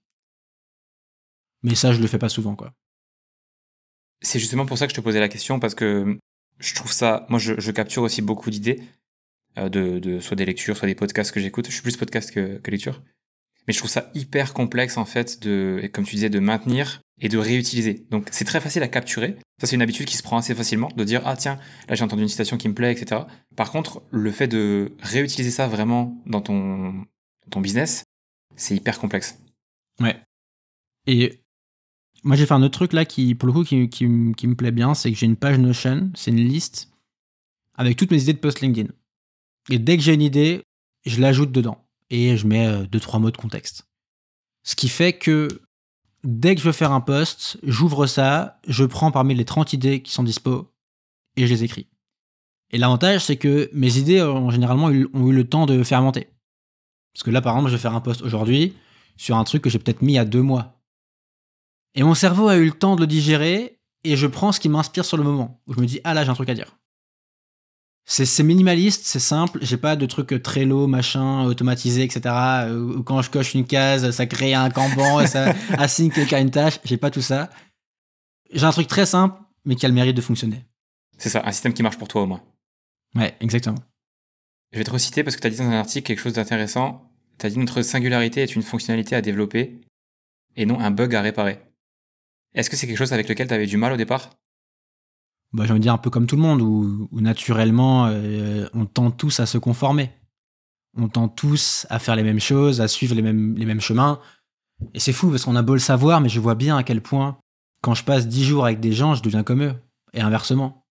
Mais ça, je le fais pas souvent, quoi. C'est justement pour ça que je te posais la question, parce que je trouve ça, moi je capture aussi beaucoup d'idées, de soit des lectures, soit des podcasts que j'écoute. Je suis plus podcast que lecture. Mais je trouve ça hyper complexe en fait et comme tu disais, de maintenir et de réutiliser. Donc c'est très facile à capturer. Ça c'est une habitude qui se prend assez facilement, de dire ah tiens, là j'ai entendu une citation qui me plaît, etc. Par contre, le fait de réutiliser ça vraiment dans ton business, c'est hyper complexe. Ouais. Et moi, j'ai fait un autre truc là qui, pour le coup, qui me plaît bien, c'est que j'ai une page Notion, c'est une liste avec toutes mes idées de post LinkedIn. Et dès que j'ai une idée, je l'ajoute dedans. Et je mets 2-3 mots de contexte. Ce qui fait que dès que je veux faire un post, j'ouvre ça, je prends parmi les 30 idées qui sont dispo et je les écris. Et l'avantage, c'est que mes idées, généralement, ont eu le temps de fermenter. Parce que là, par exemple, je vais faire un post aujourd'hui sur un truc que j'ai peut-être mis il y a 2 mois. Et mon cerveau a eu le temps de le digérer et je prends ce qui m'inspire sur le moment. Où je me dis, ah là, j'ai un truc à dire. C'est minimaliste, c'est simple, j'ai pas de trucs Trello, machin, automatisé, etc. Où quand je coche une case, ça crée un Kanban et ça assigne quelqu'un à une tâche. J'ai pas tout ça. J'ai un truc très simple, mais qui a le mérite de fonctionner. C'est ça, un système qui marche pour toi au moins. Ouais, exactement. Je vais te reciter parce que tu as dit dans un article quelque chose d'intéressant. Tu as dit notre singularité est une fonctionnalité à développer et non un bug à réparer. Est-ce que c'est quelque chose avec lequel tu avais du mal au départ? Bah, j'ai envie de dire un peu comme tout le monde, où naturellement, on tend tous à se conformer. On tend tous à faire les mêmes choses, à suivre les mêmes chemins. Et c'est fou parce qu'on a beau le savoir, mais je vois bien à quel point, quand je passe 10 jours avec des gens, je deviens comme eux. Et inversement.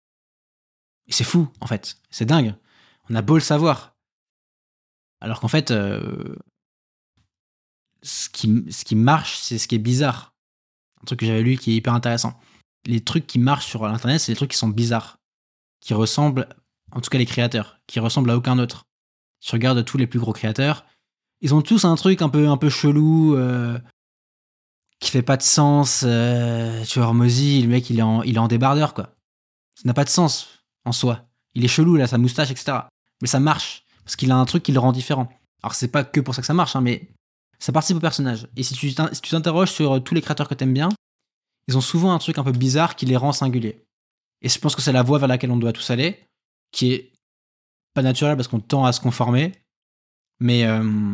Et c'est fou, en fait. C'est dingue. On a beau le savoir. Alors qu'en fait, ce qui marche, c'est ce qui est bizarre. Un truc que j'avais lu qui est hyper intéressant. Les trucs qui marchent sur Internet, c'est les trucs qui sont bizarres. Qui ressemblent, en tout cas les créateurs, qui ressemblent à aucun autre. Si tu regardes tous les plus gros créateurs, ils ont tous un truc un peu chelou, qui fait pas de sens. Tu vois, Hormozy, le mec, il est en débardeur, quoi. Ça n'a pas de sens en soi. Il est chelou, là, sa moustache, etc. Mais ça marche, parce qu'il a un truc qui le rend différent. Alors, c'est pas que pour ça que ça marche, hein, mais ça participe au personnage. Et si tu t'interroges sur tous les créateurs que t'aimes bien, ils ont souvent un truc un peu bizarre qui les rend singuliers. Et je pense que c'est la voie vers laquelle on doit tous aller, qui est pas naturelle parce qu'on tend à se conformer, mais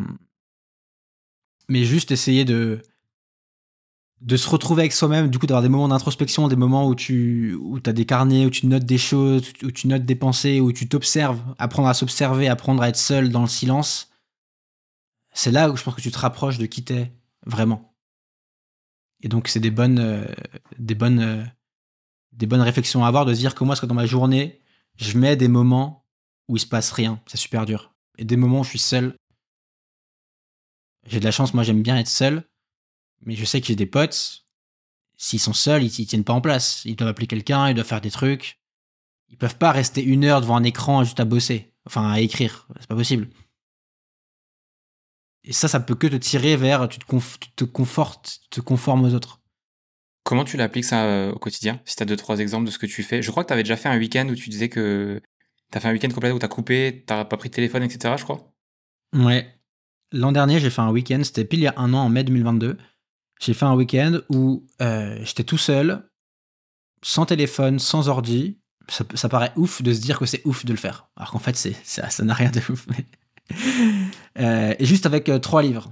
juste essayer de se retrouver avec soi-même, du coup d'avoir des moments d'introspection, des moments où t'as des carnets, où tu notes des choses, où tu notes des pensées, où tu t'observes, apprendre à s'observer, apprendre à être seul dans le silence. C'est là où je pense que tu te rapproches de qui t'es vraiment. Et donc c'est des bonnes réflexions à avoir, de se dire comment est-ce que dans ma journée je mets des moments où il se passe rien. C'est super dur. Et des moments où je suis seul. J'ai de la chance, moi j'aime bien être seul, mais je sais que j'ai des potes. S'ils sont seuls, ils tiennent pas en place. Ils doivent appeler quelqu'un, ils doivent faire des trucs. Ils peuvent pas rester 1 heure devant un écran juste à bosser. Enfin, à écrire. C'est pas possible. Et ça peut que te tirer vers, tu te confortes, tu te conformes aux autres. Comment tu l'appliques ça au quotidien? Si tu as 2-3 exemples de ce que tu fais. Je crois que tu avais déjà fait un week-end où tu disais que tu as fait un week-end complet où tu as coupé, tu pas pris de téléphone, etc., je crois. Ouais. L'an dernier, j'ai fait un week-end, c'était pile il y a 1 an, en mai 2022. J'ai fait un week-end où j'étais tout seul, sans téléphone, sans ordi. Ça paraît ouf de se dire que c'est ouf de le faire. Alors qu'en fait, ça n'a rien de ouf. Et juste avec 3 livres.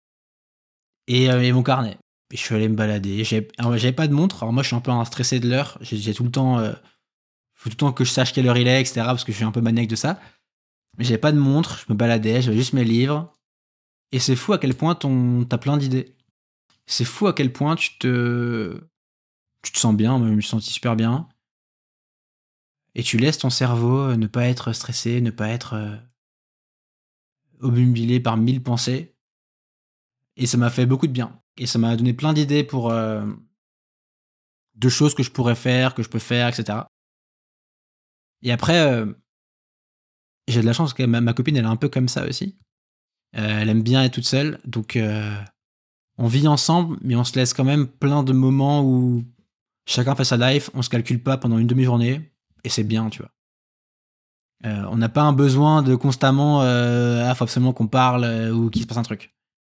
Et mon carnet. Et je suis allé me balader. J'avais pas de montre. Alors moi, je suis un peu un stressé de l'heure. J'ai tout le temps... faut tout le temps que je sache quelle heure il est, etc. Parce que je suis un peu maniaque de ça. Mais j'avais pas de montre. Je me baladais. J'avais juste mes livres. Et c'est fou à quel point t'as plein d'idées. C'est fou à quel point tu te sens bien. Moi, je me suis senti super bien. Et tu laisses ton cerveau ne pas être stressé, ne pas être obnubilé par 1000 pensées. Et ça m'a fait beaucoup de bien. Et ça m'a donné plein d'idées pour de choses que je pourrais faire, que je peux faire, etc. Et après, j'ai de la chance parce que ma copine, elle est un peu comme ça aussi. Elle aime bien être toute seule. Donc, on vit ensemble, mais on se laisse quand même plein de moments où chacun fait sa life, on se calcule pas pendant une demi-journée. Et c'est bien, tu vois. On n'a pas un besoin de constamment, faut absolument qu'on parle ou qu'il se passe un truc.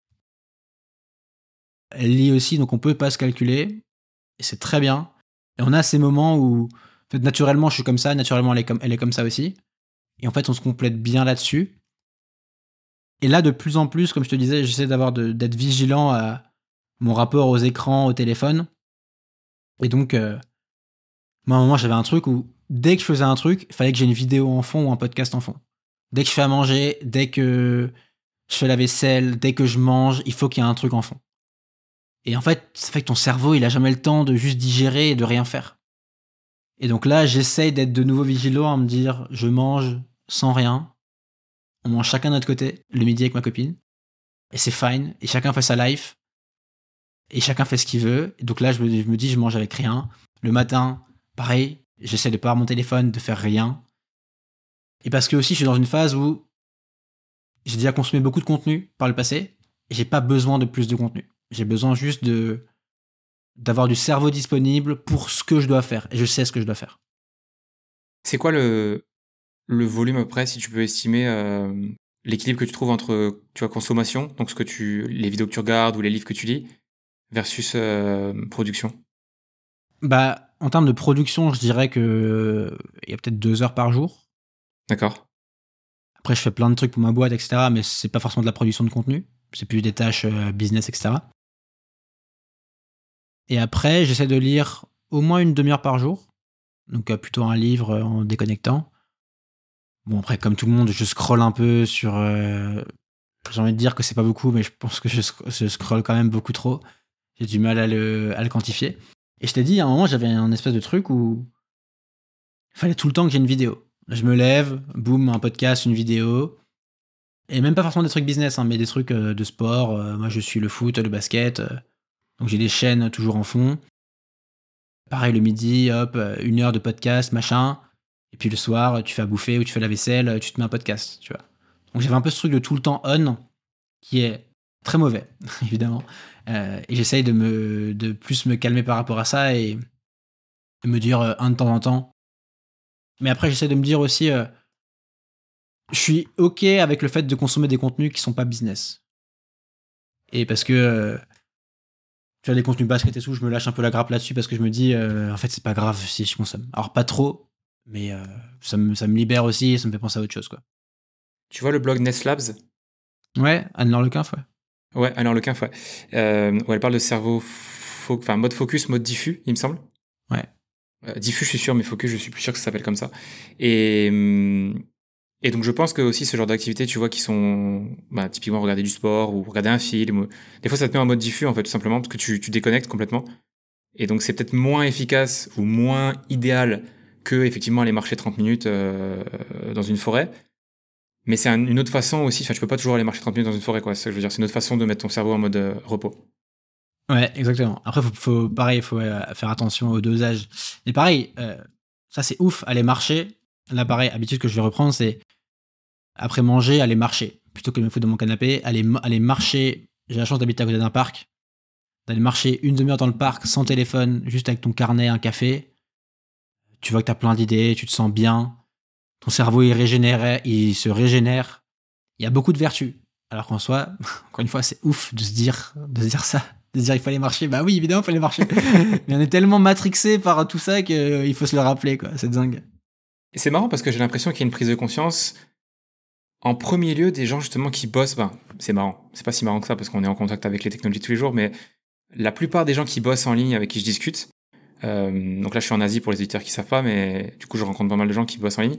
Elle lit aussi, donc on peut pas se calculer. Et c'est très bien. Et on a ces moments où, en fait, naturellement, je suis comme ça, naturellement, elle est comme ça aussi. Et en fait, on se complète bien là-dessus. Et là, de plus en plus, comme je te disais, j'essaie d'être vigilant à mon rapport aux écrans, au téléphone. Et donc, moi, à un moment, j'avais un truc où, dès que je faisais un truc, il fallait que j'ai une vidéo en fond ou un podcast en fond. Dès que je fais à manger, dès que je fais la vaisselle, dès que je mange, il faut qu'il y ait un truc en fond. Et en fait, ça fait que ton cerveau, il a jamais le temps de juste digérer et de rien faire. Et donc là, j'essaye d'être de nouveau vigilant, à me dire, je mange sans rien. On mange chacun de notre côté, le midi avec ma copine. Et c'est fine. Et chacun fait sa life. Et chacun fait ce qu'il veut. Et donc là, je me dis, je mange avec rien. Le matin, pareil, j'essaie de pas avoir mon téléphone, de faire rien. Et parce que aussi, je suis dans une phase où j'ai déjà consommé beaucoup de contenu par le passé. Et j'ai pas besoin de plus de contenu. J'ai besoin juste d'avoir du cerveau disponible pour ce que je dois faire. Et je sais ce que je dois faire. C'est quoi le volume après, si tu peux estimer l'équilibre que tu trouves entre consommation, donc les vidéos que tu regardes ou les livres que tu lis, versus production? Bah, en termes de production, je dirais que il y a peut-être 2 heures par jour. D'accord. Après, je fais plein de trucs pour ma boîte, etc. Mais c'est pas forcément de la production de contenu. C'est plus des tâches business, etc. Et après, j'essaie de lire au moins une demi-heure par jour. Donc, plutôt un livre en déconnectant. Bon, après, comme tout le monde, je scrolle un peu sur. J'ai envie de dire que c'est pas beaucoup, mais je pense que je scrolle quand même beaucoup trop. J'ai du mal à le quantifier. Et je t'ai dit, à un moment, j'avais un espèce de truc où il fallait tout le temps que j'ai une vidéo. Je me lève, boum, un podcast, une vidéo. Et même pas forcément des trucs business, hein, mais des trucs de sport. Moi, je suis le foot, le basket. Donc, j'ai des chaînes toujours en fond. Pareil, le midi, hop, 1 heure de podcast, machin. Et puis le soir, tu fais à bouffer ou tu fais la vaisselle, tu te mets un podcast, tu vois. Donc, j'avais un peu ce truc de tout le temps on, qui est très mauvais, évidemment. Et j'essaye de plus me calmer par rapport à ça et de me dire un de temps en temps, Mais après, j'essaie de me dire aussi, je suis OK avec le fait de consommer des contenus qui sont pas business. Et parce que tu vois, les contenus basket et tout, je me lâche un peu la grappe là-dessus parce que je me dis, en fait, c'est pas grave si je consomme. Alors, pas trop, mais ça me libère aussi et ça me fait penser à autre chose, quoi. Tu vois le blog Nest Labs? Ouais, Anne-Laure Lequinf, ouais. Ouais, alors le ouais. Où elle parle de cerveau, enfin mode focus, mode diffus, il me semble. Ouais. Diffus, je suis sûr, mais focus, je suis plus sûr que ça s'appelle comme ça. Et, hum, et donc je pense que aussi ce genre d'activités, tu vois, qui sont bah, typiquement regarder du sport ou regarder un film, des fois ça te met en mode diffus en fait, tout simplement, parce que tu déconnectes complètement. Et donc c'est peut-être moins efficace ou moins idéal que effectivement aller marcher 30 minutes dans une forêt. Mais c'est une autre façon aussi, enfin tu peux pas toujours aller marcher 30 minutes dans une forêt, quoi. C'est ça que je veux dire, c'est une autre façon de mettre ton cerveau en mode repos. Ouais, exactement. Après, pareil, faut faire attention au dosage. Et pareil, ça c'est ouf, aller marcher. Là, pareil, habitude que je vais reprendre, c'est après manger, aller marcher. Plutôt que de me foutre dans mon canapé, aller marcher. J'ai la chance d'habiter à côté d'un parc. D'aller marcher une demi-heure dans le parc sans téléphone, juste avec ton carnet, un café. Tu vois que t'as plein d'idées, tu te sens bien. Ton cerveau il se régénère. Il y a beaucoup de vertus. Alors qu'en soi, encore une fois, c'est ouf de se dire ça. De se dire il fallait marcher. Bah oui, évidemment, il fallait marcher. Mais on est tellement matrixé par tout ça qu'il faut se le rappeler, quoi. C'est dingue. Et c'est marrant parce que j'ai l'impression qu'il y a une prise de conscience en premier lieu des gens justement qui bossent. Ben, c'est marrant. C'est pas si marrant que ça parce qu'on est en contact avec les technologies tous les jours, mais la plupart des gens qui bossent en ligne avec qui je discute, donc là je suis en Asie pour les éditeurs qui savent pas, mais du coup je rencontre pas mal de gens qui bossent en ligne.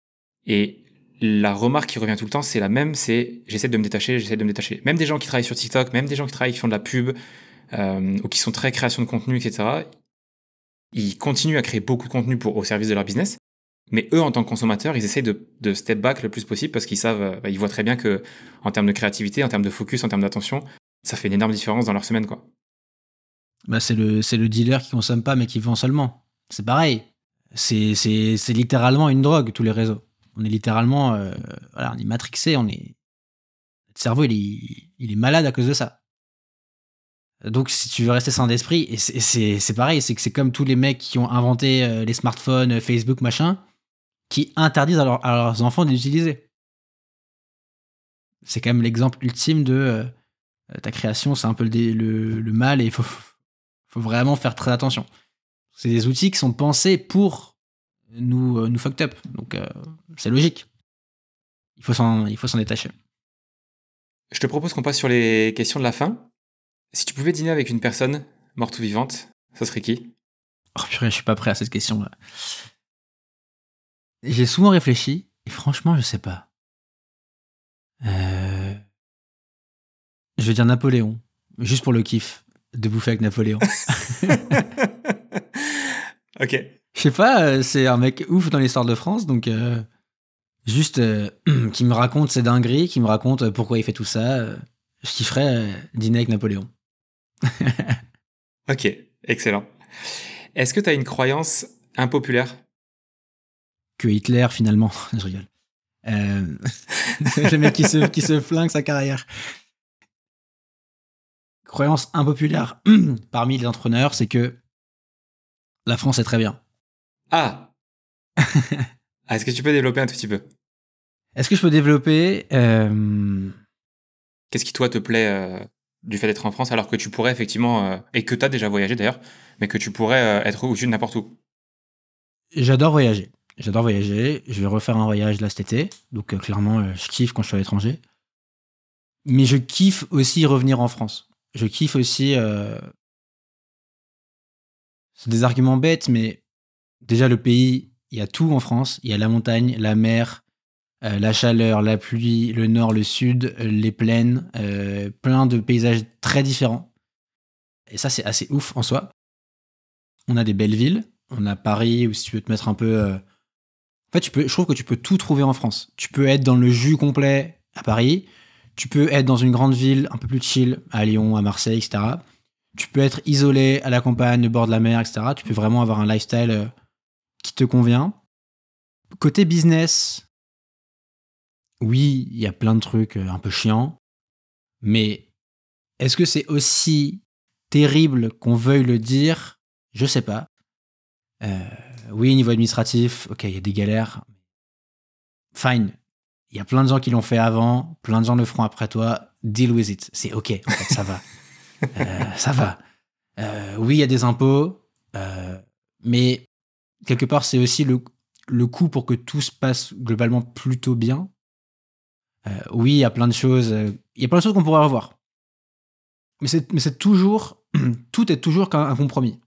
Et la remarque qui revient tout le temps, c'est la même, c'est j'essaie de me détacher, j'essaie de me détacher. Même des gens qui travaillent sur TikTok, même des gens qui travaillent, qui font de la pub, ou qui sont très création de contenu, etc. Ils continuent à créer beaucoup de contenu au service de leur business. Mais eux, en tant que consommateurs, ils essayent de step back le plus possible parce qu'ils savent, ils voient très bien que, en termes de créativité, en termes de focus, en termes d'attention, ça fait une énorme différence dans leur semaine, quoi. Bah, c'est le dealer qui consomme pas, mais qui vend seulement. C'est pareil. C'est littéralement une drogue, tous les réseaux. On est littéralement, voilà, on est matrixé, notre cerveau, il est malade à cause de ça. Donc, si tu veux rester sain d'esprit, et c'est pareil, c'est que c'est comme tous les mecs qui ont inventé les smartphones, Facebook, machin, qui interdisent à leurs enfants de l'utiliser. C'est quand même l'exemple ultime de ta création, c'est un peu le mal et il faut vraiment faire très attention. C'est des outils qui sont pensés pour nous fucked up. Donc, c'est logique. Il faut s'en détacher. Je te propose qu'on passe sur les questions de la fin. Si tu pouvais dîner avec une personne, morte ou vivante, ça serait qui? Oh purée, je suis pas prêt à cette question-là. J'ai souvent réfléchi et franchement, je sais pas. Je vais dire Napoléon, juste pour le kiff de bouffer avec Napoléon. Ok. Je sais pas, c'est un mec ouf dans l'histoire de France, donc juste qui me raconte ses dingueries, qui me raconte pourquoi il fait tout ça. Je kifferais dîner avec Napoléon. Ok, excellent. Est-ce que tu as une croyance impopulaire? Que Hitler, finalement. Je rigole. C'est le mec qui se flingue sa carrière. Croyance impopulaire parmi les entrepreneurs, c'est que la France est très bien. Ah! Ah, est-ce que tu peux développer un tout petit peu? Est-ce que je peux développer Qu'est-ce qui, toi, te plaît du fait d'être en France alors que tu pourrais effectivement, et que tu as déjà voyagé d'ailleurs, mais que tu pourrais être au-dessus de n'importe où? J'adore voyager. J'adore voyager. Je vais refaire un voyage là cet été. Donc clairement, je kiffe quand je suis à l'étranger. Mais je kiffe aussi revenir en France. Je kiffe aussi... c'est des arguments bêtes, mais déjà le pays, il y a tout en France. Il y a la montagne, la mer, la chaleur, la pluie, le nord, le sud, les plaines, plein de paysages très différents. Et ça, c'est assez ouf en soi. On a des belles villes. On a Paris, où si tu veux te mettre un peu... En fait, je trouve que tu peux tout trouver en France. Tu peux être dans le jus complet à Paris. Tu peux être dans une grande ville un peu plus chill, à Lyon, à Marseille, etc. Tu peux être isolé à la campagne, au bord de la mer, etc. Tu peux vraiment avoir un lifestyle qui te convient. Côté business, oui, il y a plein de trucs un peu chiants. Mais est-ce que c'est aussi terrible qu'on veuille le dire? Je sais pas. Oui, niveau administratif, ok, il y a des galères. Fine. Il y a plein de gens qui l'ont fait avant, plein de gens le feront après toi. Deal with it. C'est ok, en fait, ça va. Ça va. Oui, il y a des impôts, mais quelque part, c'est aussi le coût pour que tout se passe globalement plutôt bien. Oui, il y a plein de choses. Il y a plein de choses qu'on pourrait revoir. Mais c'est toujours. Tout est toujours un compromis.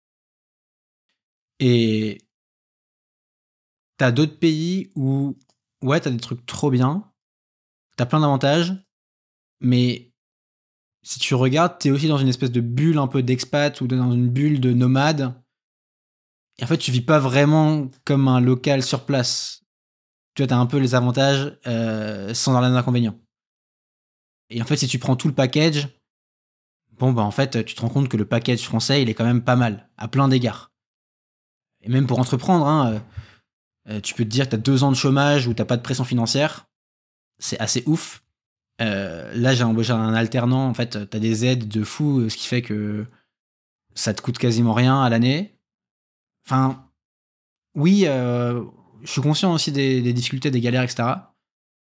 Et t'as d'autres pays où, ouais, t'as des trucs trop bien, t'as plein d'avantages, mais si tu regardes, t'es aussi dans une espèce de bulle un peu d'expat ou dans une bulle de nomade. Et en fait, tu vis pas vraiment comme un local sur place. Tu vois, t'as un peu les avantages sans avoir les inconvénients. Et en fait, si tu prends tout le package, bon, bah en fait, tu te rends compte que le package français, il est quand même pas mal, à plein d'égards. Et même pour entreprendre, hein, tu peux te dire que t'as 2 ans de chômage ou t'as pas de pression financière. C'est assez ouf. Là, j'ai embauché un alternant. En fait, t'as des aides de fou, ce qui fait que ça te coûte quasiment rien à l'année. Enfin, oui, je suis conscient aussi des difficultés, des galères, etc.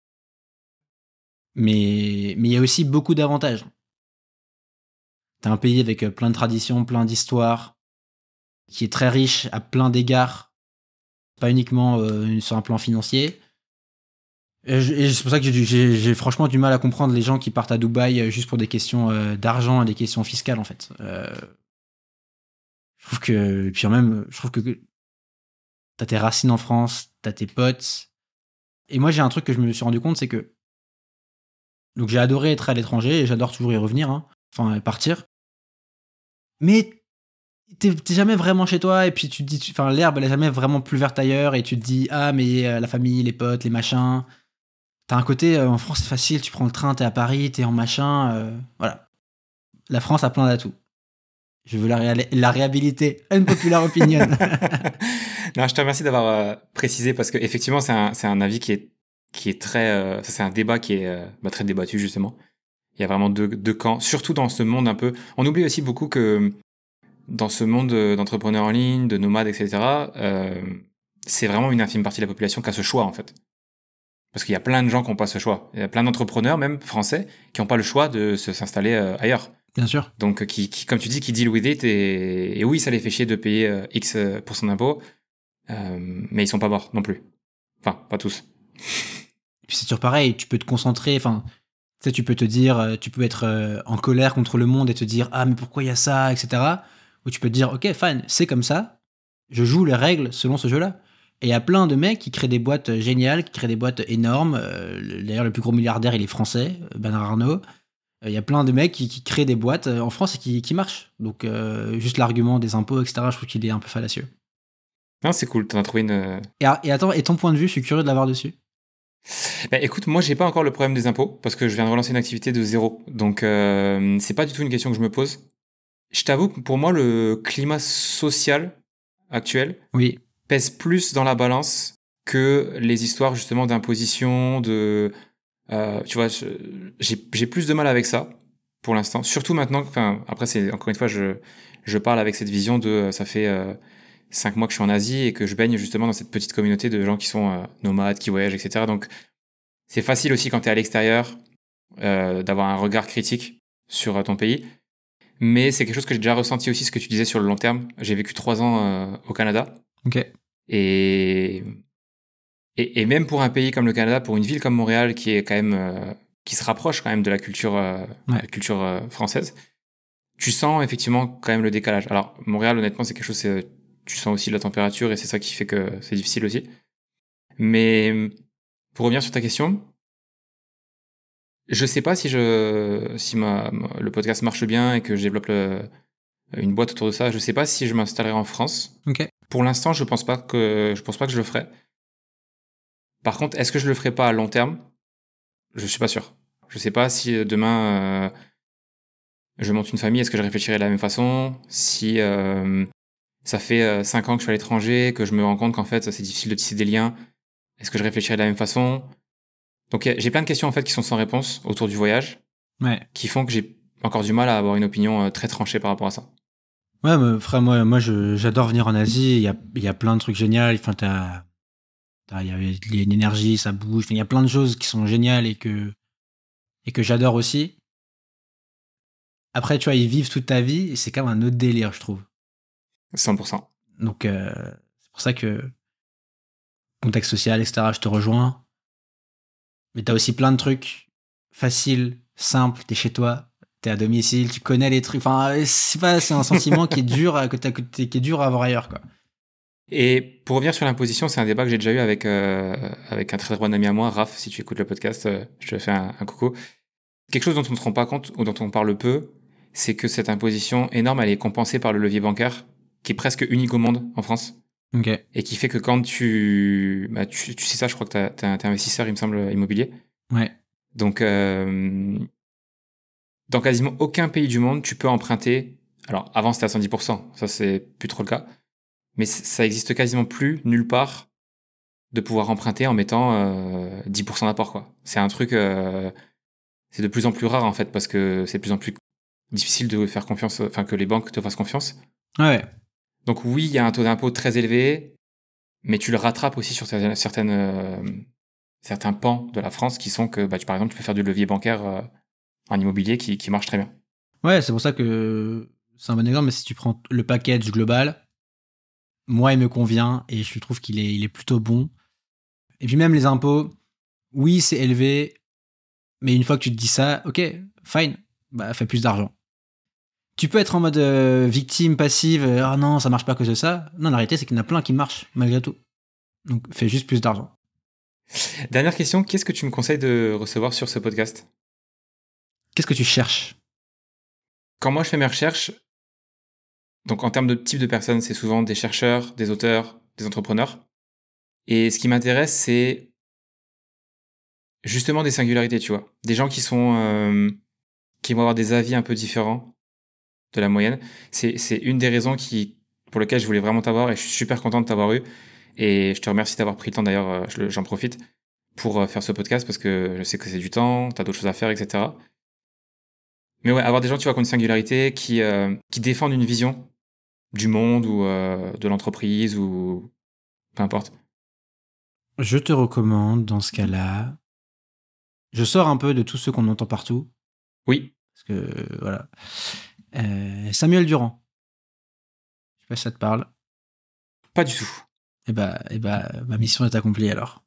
Mais il y a aussi beaucoup d'avantages. T'as un pays avec plein de traditions, plein d'histoires, qui est très riche à plein d'égards, pas uniquement sur un plan financier. Et c'est pour ça que j'ai franchement du mal à comprendre les gens qui partent à Dubaï juste pour des questions d'argent et des questions fiscales, en fait. Je trouve que, et puis même, je trouve que t'as tes racines en France, t'as tes potes. Et moi, j'ai un truc que je me suis rendu compte, c'est que donc j'ai adoré être à l'étranger et j'adore toujours y revenir, hein, enfin partir. Mais t'es jamais vraiment chez toi et puis tu te dis, enfin l'herbe elle est jamais vraiment plus verte ailleurs et tu te dis ah mais la famille, les potes, les machins. T'as un côté en France c'est facile, tu prends le train, t'es à Paris, t'es en machin, voilà. La France a plein d'atouts. Je veux la réhabiliter. Unpopular opinion. Non, je te remercie d'avoir précisé parce que effectivement c'est un avis qui est très ça c'est un débat qui est très débattu justement. Il y a vraiment deux camps, surtout dans ce monde un peu. On oublie aussi beaucoup que dans ce monde d'entrepreneurs en ligne, de nomades, etc. C'est vraiment une infime partie de la population qui a ce choix en fait. Parce qu'il y a plein de gens qui n'ont pas ce choix. Il y a plein d'entrepreneurs, même français, qui n'ont pas le choix de s'installer ailleurs. Bien sûr. Donc, comme tu dis, qui deal with it. Et oui, ça les fait chier de payer X pour son impôt. Mais ils sont pas morts non plus. Enfin, pas tous. Et puis c'est toujours pareil, tu peux te concentrer, enfin, tu sais, tu peux te dire, tu peux être en colère contre le monde et te dire ah mais pourquoi il y a ça, etc. Ou tu peux te dire ok fine, c'est comme ça, je joue les règles selon ce jeu-là. Et il y a plein de mecs qui créent des boîtes géniales, qui créent des boîtes énormes. D'ailleurs, le plus gros milliardaire, il est français, Bernard Arnault. Il y a plein de mecs qui créent des boîtes en France et qui marchent. Donc, juste l'argument des impôts, etc., je trouve qu'il est un peu fallacieux. Non, c'est cool, t'en as trouvé une... Et attends, et ton point de vue, je suis curieux de l'avoir dessus. Bah, écoute, moi, j'ai pas encore le problème des impôts, parce que je viens de relancer une activité de zéro. Donc, c'est pas du tout une question que je me pose. Je t'avoue que pour moi, le climat social actuel Oui, pèse plus dans la balance que les histoires justement d'imposition, de... tu vois, j'ai plus de mal avec ça pour l'instant. Surtout maintenant, enfin, après, c'est encore une fois, je parle avec cette vision de... ça fait 5 mois que je suis en Asie et que je baigne justement dans cette petite communauté de gens qui sont nomades, qui voyagent, etc. Donc, c'est facile aussi quand tu es à l'extérieur d'avoir un regard critique sur ton pays. Mais c'est quelque chose que j'ai déjà ressenti aussi, ce que tu disais sur le long terme. J'ai vécu 3 ans au Canada. ok. Et, et même pour un pays comme le Canada, pour une ville comme Montréal, qui est quand même, qui se rapproche quand même de la culture française, tu sens effectivement quand même le décalage. Alors, Montréal, honnêtement, c'est quelque chose, tu sens aussi la température et c'est ça qui fait que c'est difficile aussi. Mais pour revenir sur ta question, je sais pas si le podcast marche bien et que je développe une boîte autour de ça. Je sais pas si je m'installerai en France. Ok. Pour l'instant, je pense pas que je le ferai. Par contre, est-ce que je le ferai pas à long terme? Je suis pas sûr. Je sais pas si demain je monte une famille, est-ce que je réfléchirai de la même façon? Si ça fait 5 ans que je suis à l'étranger, que je me rends compte qu'en fait c'est difficile de tisser des liens, est-ce que je réfléchirai de la même façon? Donc j'ai plein de questions en fait qui sont sans réponse autour du voyage, Ouais. qui font que j'ai encore du mal à avoir une opinion très tranchée par rapport à ça. Ouais, mais frère, j'adore venir en Asie. Il y a plein de trucs géniaux. Enfin, il y avait l'énergie, ça bouge. Il y a plein de choses qui sont géniales et que j'adore aussi. Après, tu vois, ils vivent toute ta vie et c'est quand même un autre délire, je trouve. 100%. Donc, c'est pour ça que contexte social, etc., je te rejoins. Mais t'as aussi plein de trucs faciles, simples. T'es chez toi, t'es à domicile, tu connais les trucs. Enfin, c'est un sentiment qui est dur qui est dur à avoir ailleurs, quoi. Et pour revenir sur l'imposition, c'est un débat que j'ai déjà eu avec un très bon ami à moi, Raph, si tu écoutes le podcast, je te fais un coucou. Quelque chose dont on ne se rend pas compte ou dont on parle peu, c'est que cette imposition énorme, elle est compensée par le levier bancaire, qui est presque unique au monde en France. Ok. Et qui fait que quand tu sais ça, je crois que t'es investisseur, il me semble, immobilier. Ouais. Donc, dans quasiment aucun pays du monde, tu peux emprunter. Alors, avant, c'était à 110%. Ça, c'est plus trop le cas. Mais ça existe quasiment plus nulle part de pouvoir emprunter en mettant 10% d'apport, quoi. C'est un truc, c'est de plus en plus rare, en fait, parce que c'est de plus en plus difficile de faire confiance, enfin, que les banques te fassent confiance. Ouais. Donc oui, il y a un taux d'impôt très élevé, mais tu le rattrapes aussi sur certains pans de la France qui sont que, par exemple, tu peux faire du levier bancaire en immobilier qui marche très bien. Ouais, c'est pour ça que c'est un bon exemple, mais si tu prends le package global, moi, il me convient et je trouve il est plutôt bon. Et puis même les impôts, oui, c'est élevé, mais une fois que tu te dis ça, ok, fine, bah fais plus d'argent. Tu peux être en mode victime passive, ah non, ça marche pas à cause de ça. Non, la réalité, c'est qu'il y en a plein qui marchent, malgré tout. Donc fais juste plus d'argent. Dernière question, qu'est-ce que tu me conseilles de recevoir sur ce podcast? Qu'est-ce que tu cherches? Quand moi je fais mes recherches, donc en termes de type de personnes, c'est souvent des chercheurs, des auteurs, des entrepreneurs. Et ce qui m'intéresse, c'est justement des singularités, tu vois. Des gens qui vont avoir des avis un peu différents de la moyenne. C'est une des raisons pour lesquelles je voulais vraiment t'avoir et je suis super content de t'avoir eu. Et je te remercie d'avoir pris le temps d'ailleurs, j'en profite pour faire ce podcast parce que je sais que c'est du temps, t'as d'autres choses à faire, etc. Mais ouais, avoir des gens, tu vois, qui ont une singularité, qui défendent une vision du monde ou de l'entreprise ou peu importe. Je te recommande, dans ce cas-là, je sors un peu de tous ceux qu'on entend partout, Oui, parce que, voilà. Samuel Durand, je sais pas si ça te parle. pas du tout. Ma mission est accomplie alors.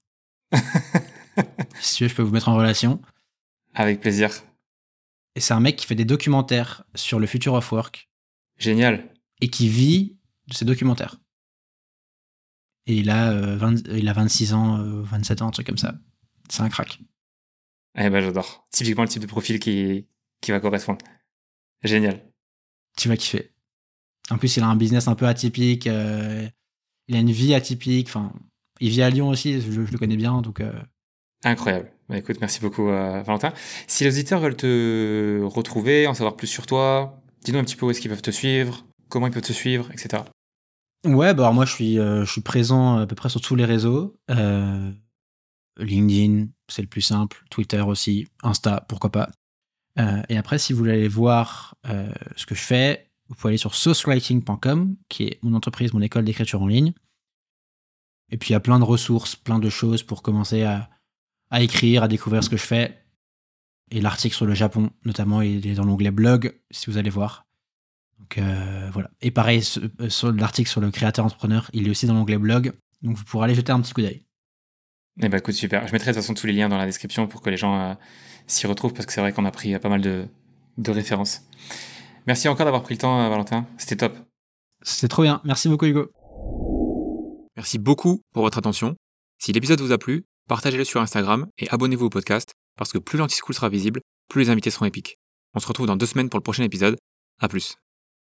Si tu veux, je peux vous mettre en relation. Avec plaisir. Et c'est un mec qui fait des documentaires sur le future of work Génial. et qui vit de ces documentaires. Et il a 26 ans, 27 ans, un truc comme ça. C'est un crack. Eh ben, j'adore. Typiquement le type de profil qui va correspondre. Génial. Tu vas kiffer. En plus, il a un business un peu atypique. Il a une vie atypique. Enfin, il vit à Lyon aussi. Je le connais bien, donc. Incroyable. Bah, écoute, merci beaucoup, Valentin. Si les auditeurs veulent te retrouver, en savoir plus sur toi, dis-nous un petit peu où est-ce qu'ils peuvent te suivre, comment ils peuvent te suivre, etc. Ouais, bah alors moi je suis présent à peu près sur tous les réseaux. LinkedIn, c'est le plus simple. Twitter aussi. Insta, pourquoi pas. Et après, si vous voulez aller voir ce que je fais, vous pouvez aller sur saucewriting.com, qui est mon entreprise, mon école d'écriture en ligne. Et puis il y a plein de ressources, plein de choses pour commencer à écrire, à découvrir ce que je fais. Et l'article sur le Japon, notamment, il est dans l'onglet blog, si vous allez voir. Donc voilà. Et pareil, sur l'article sur le créateur entrepreneur, il est aussi dans l'onglet blog. Donc vous pourrez aller jeter un petit coup d'œil. Eh ben, écoute, super. Je mettrai de toute façon tous les liens dans la description pour que les gens s'y retrouvent parce que c'est vrai qu'on a pris pas mal de références. Merci encore d'avoir pris le temps, Valentin. C'était top. C'est trop bien. Merci beaucoup, Hugo. Merci beaucoup pour votre attention. Si l'épisode vous a plu, partagez-le sur Instagram et abonnez-vous au podcast parce que plus l'Anti-School sera visible, plus les invités seront épiques. On se retrouve dans 2 semaines pour le prochain épisode. À plus.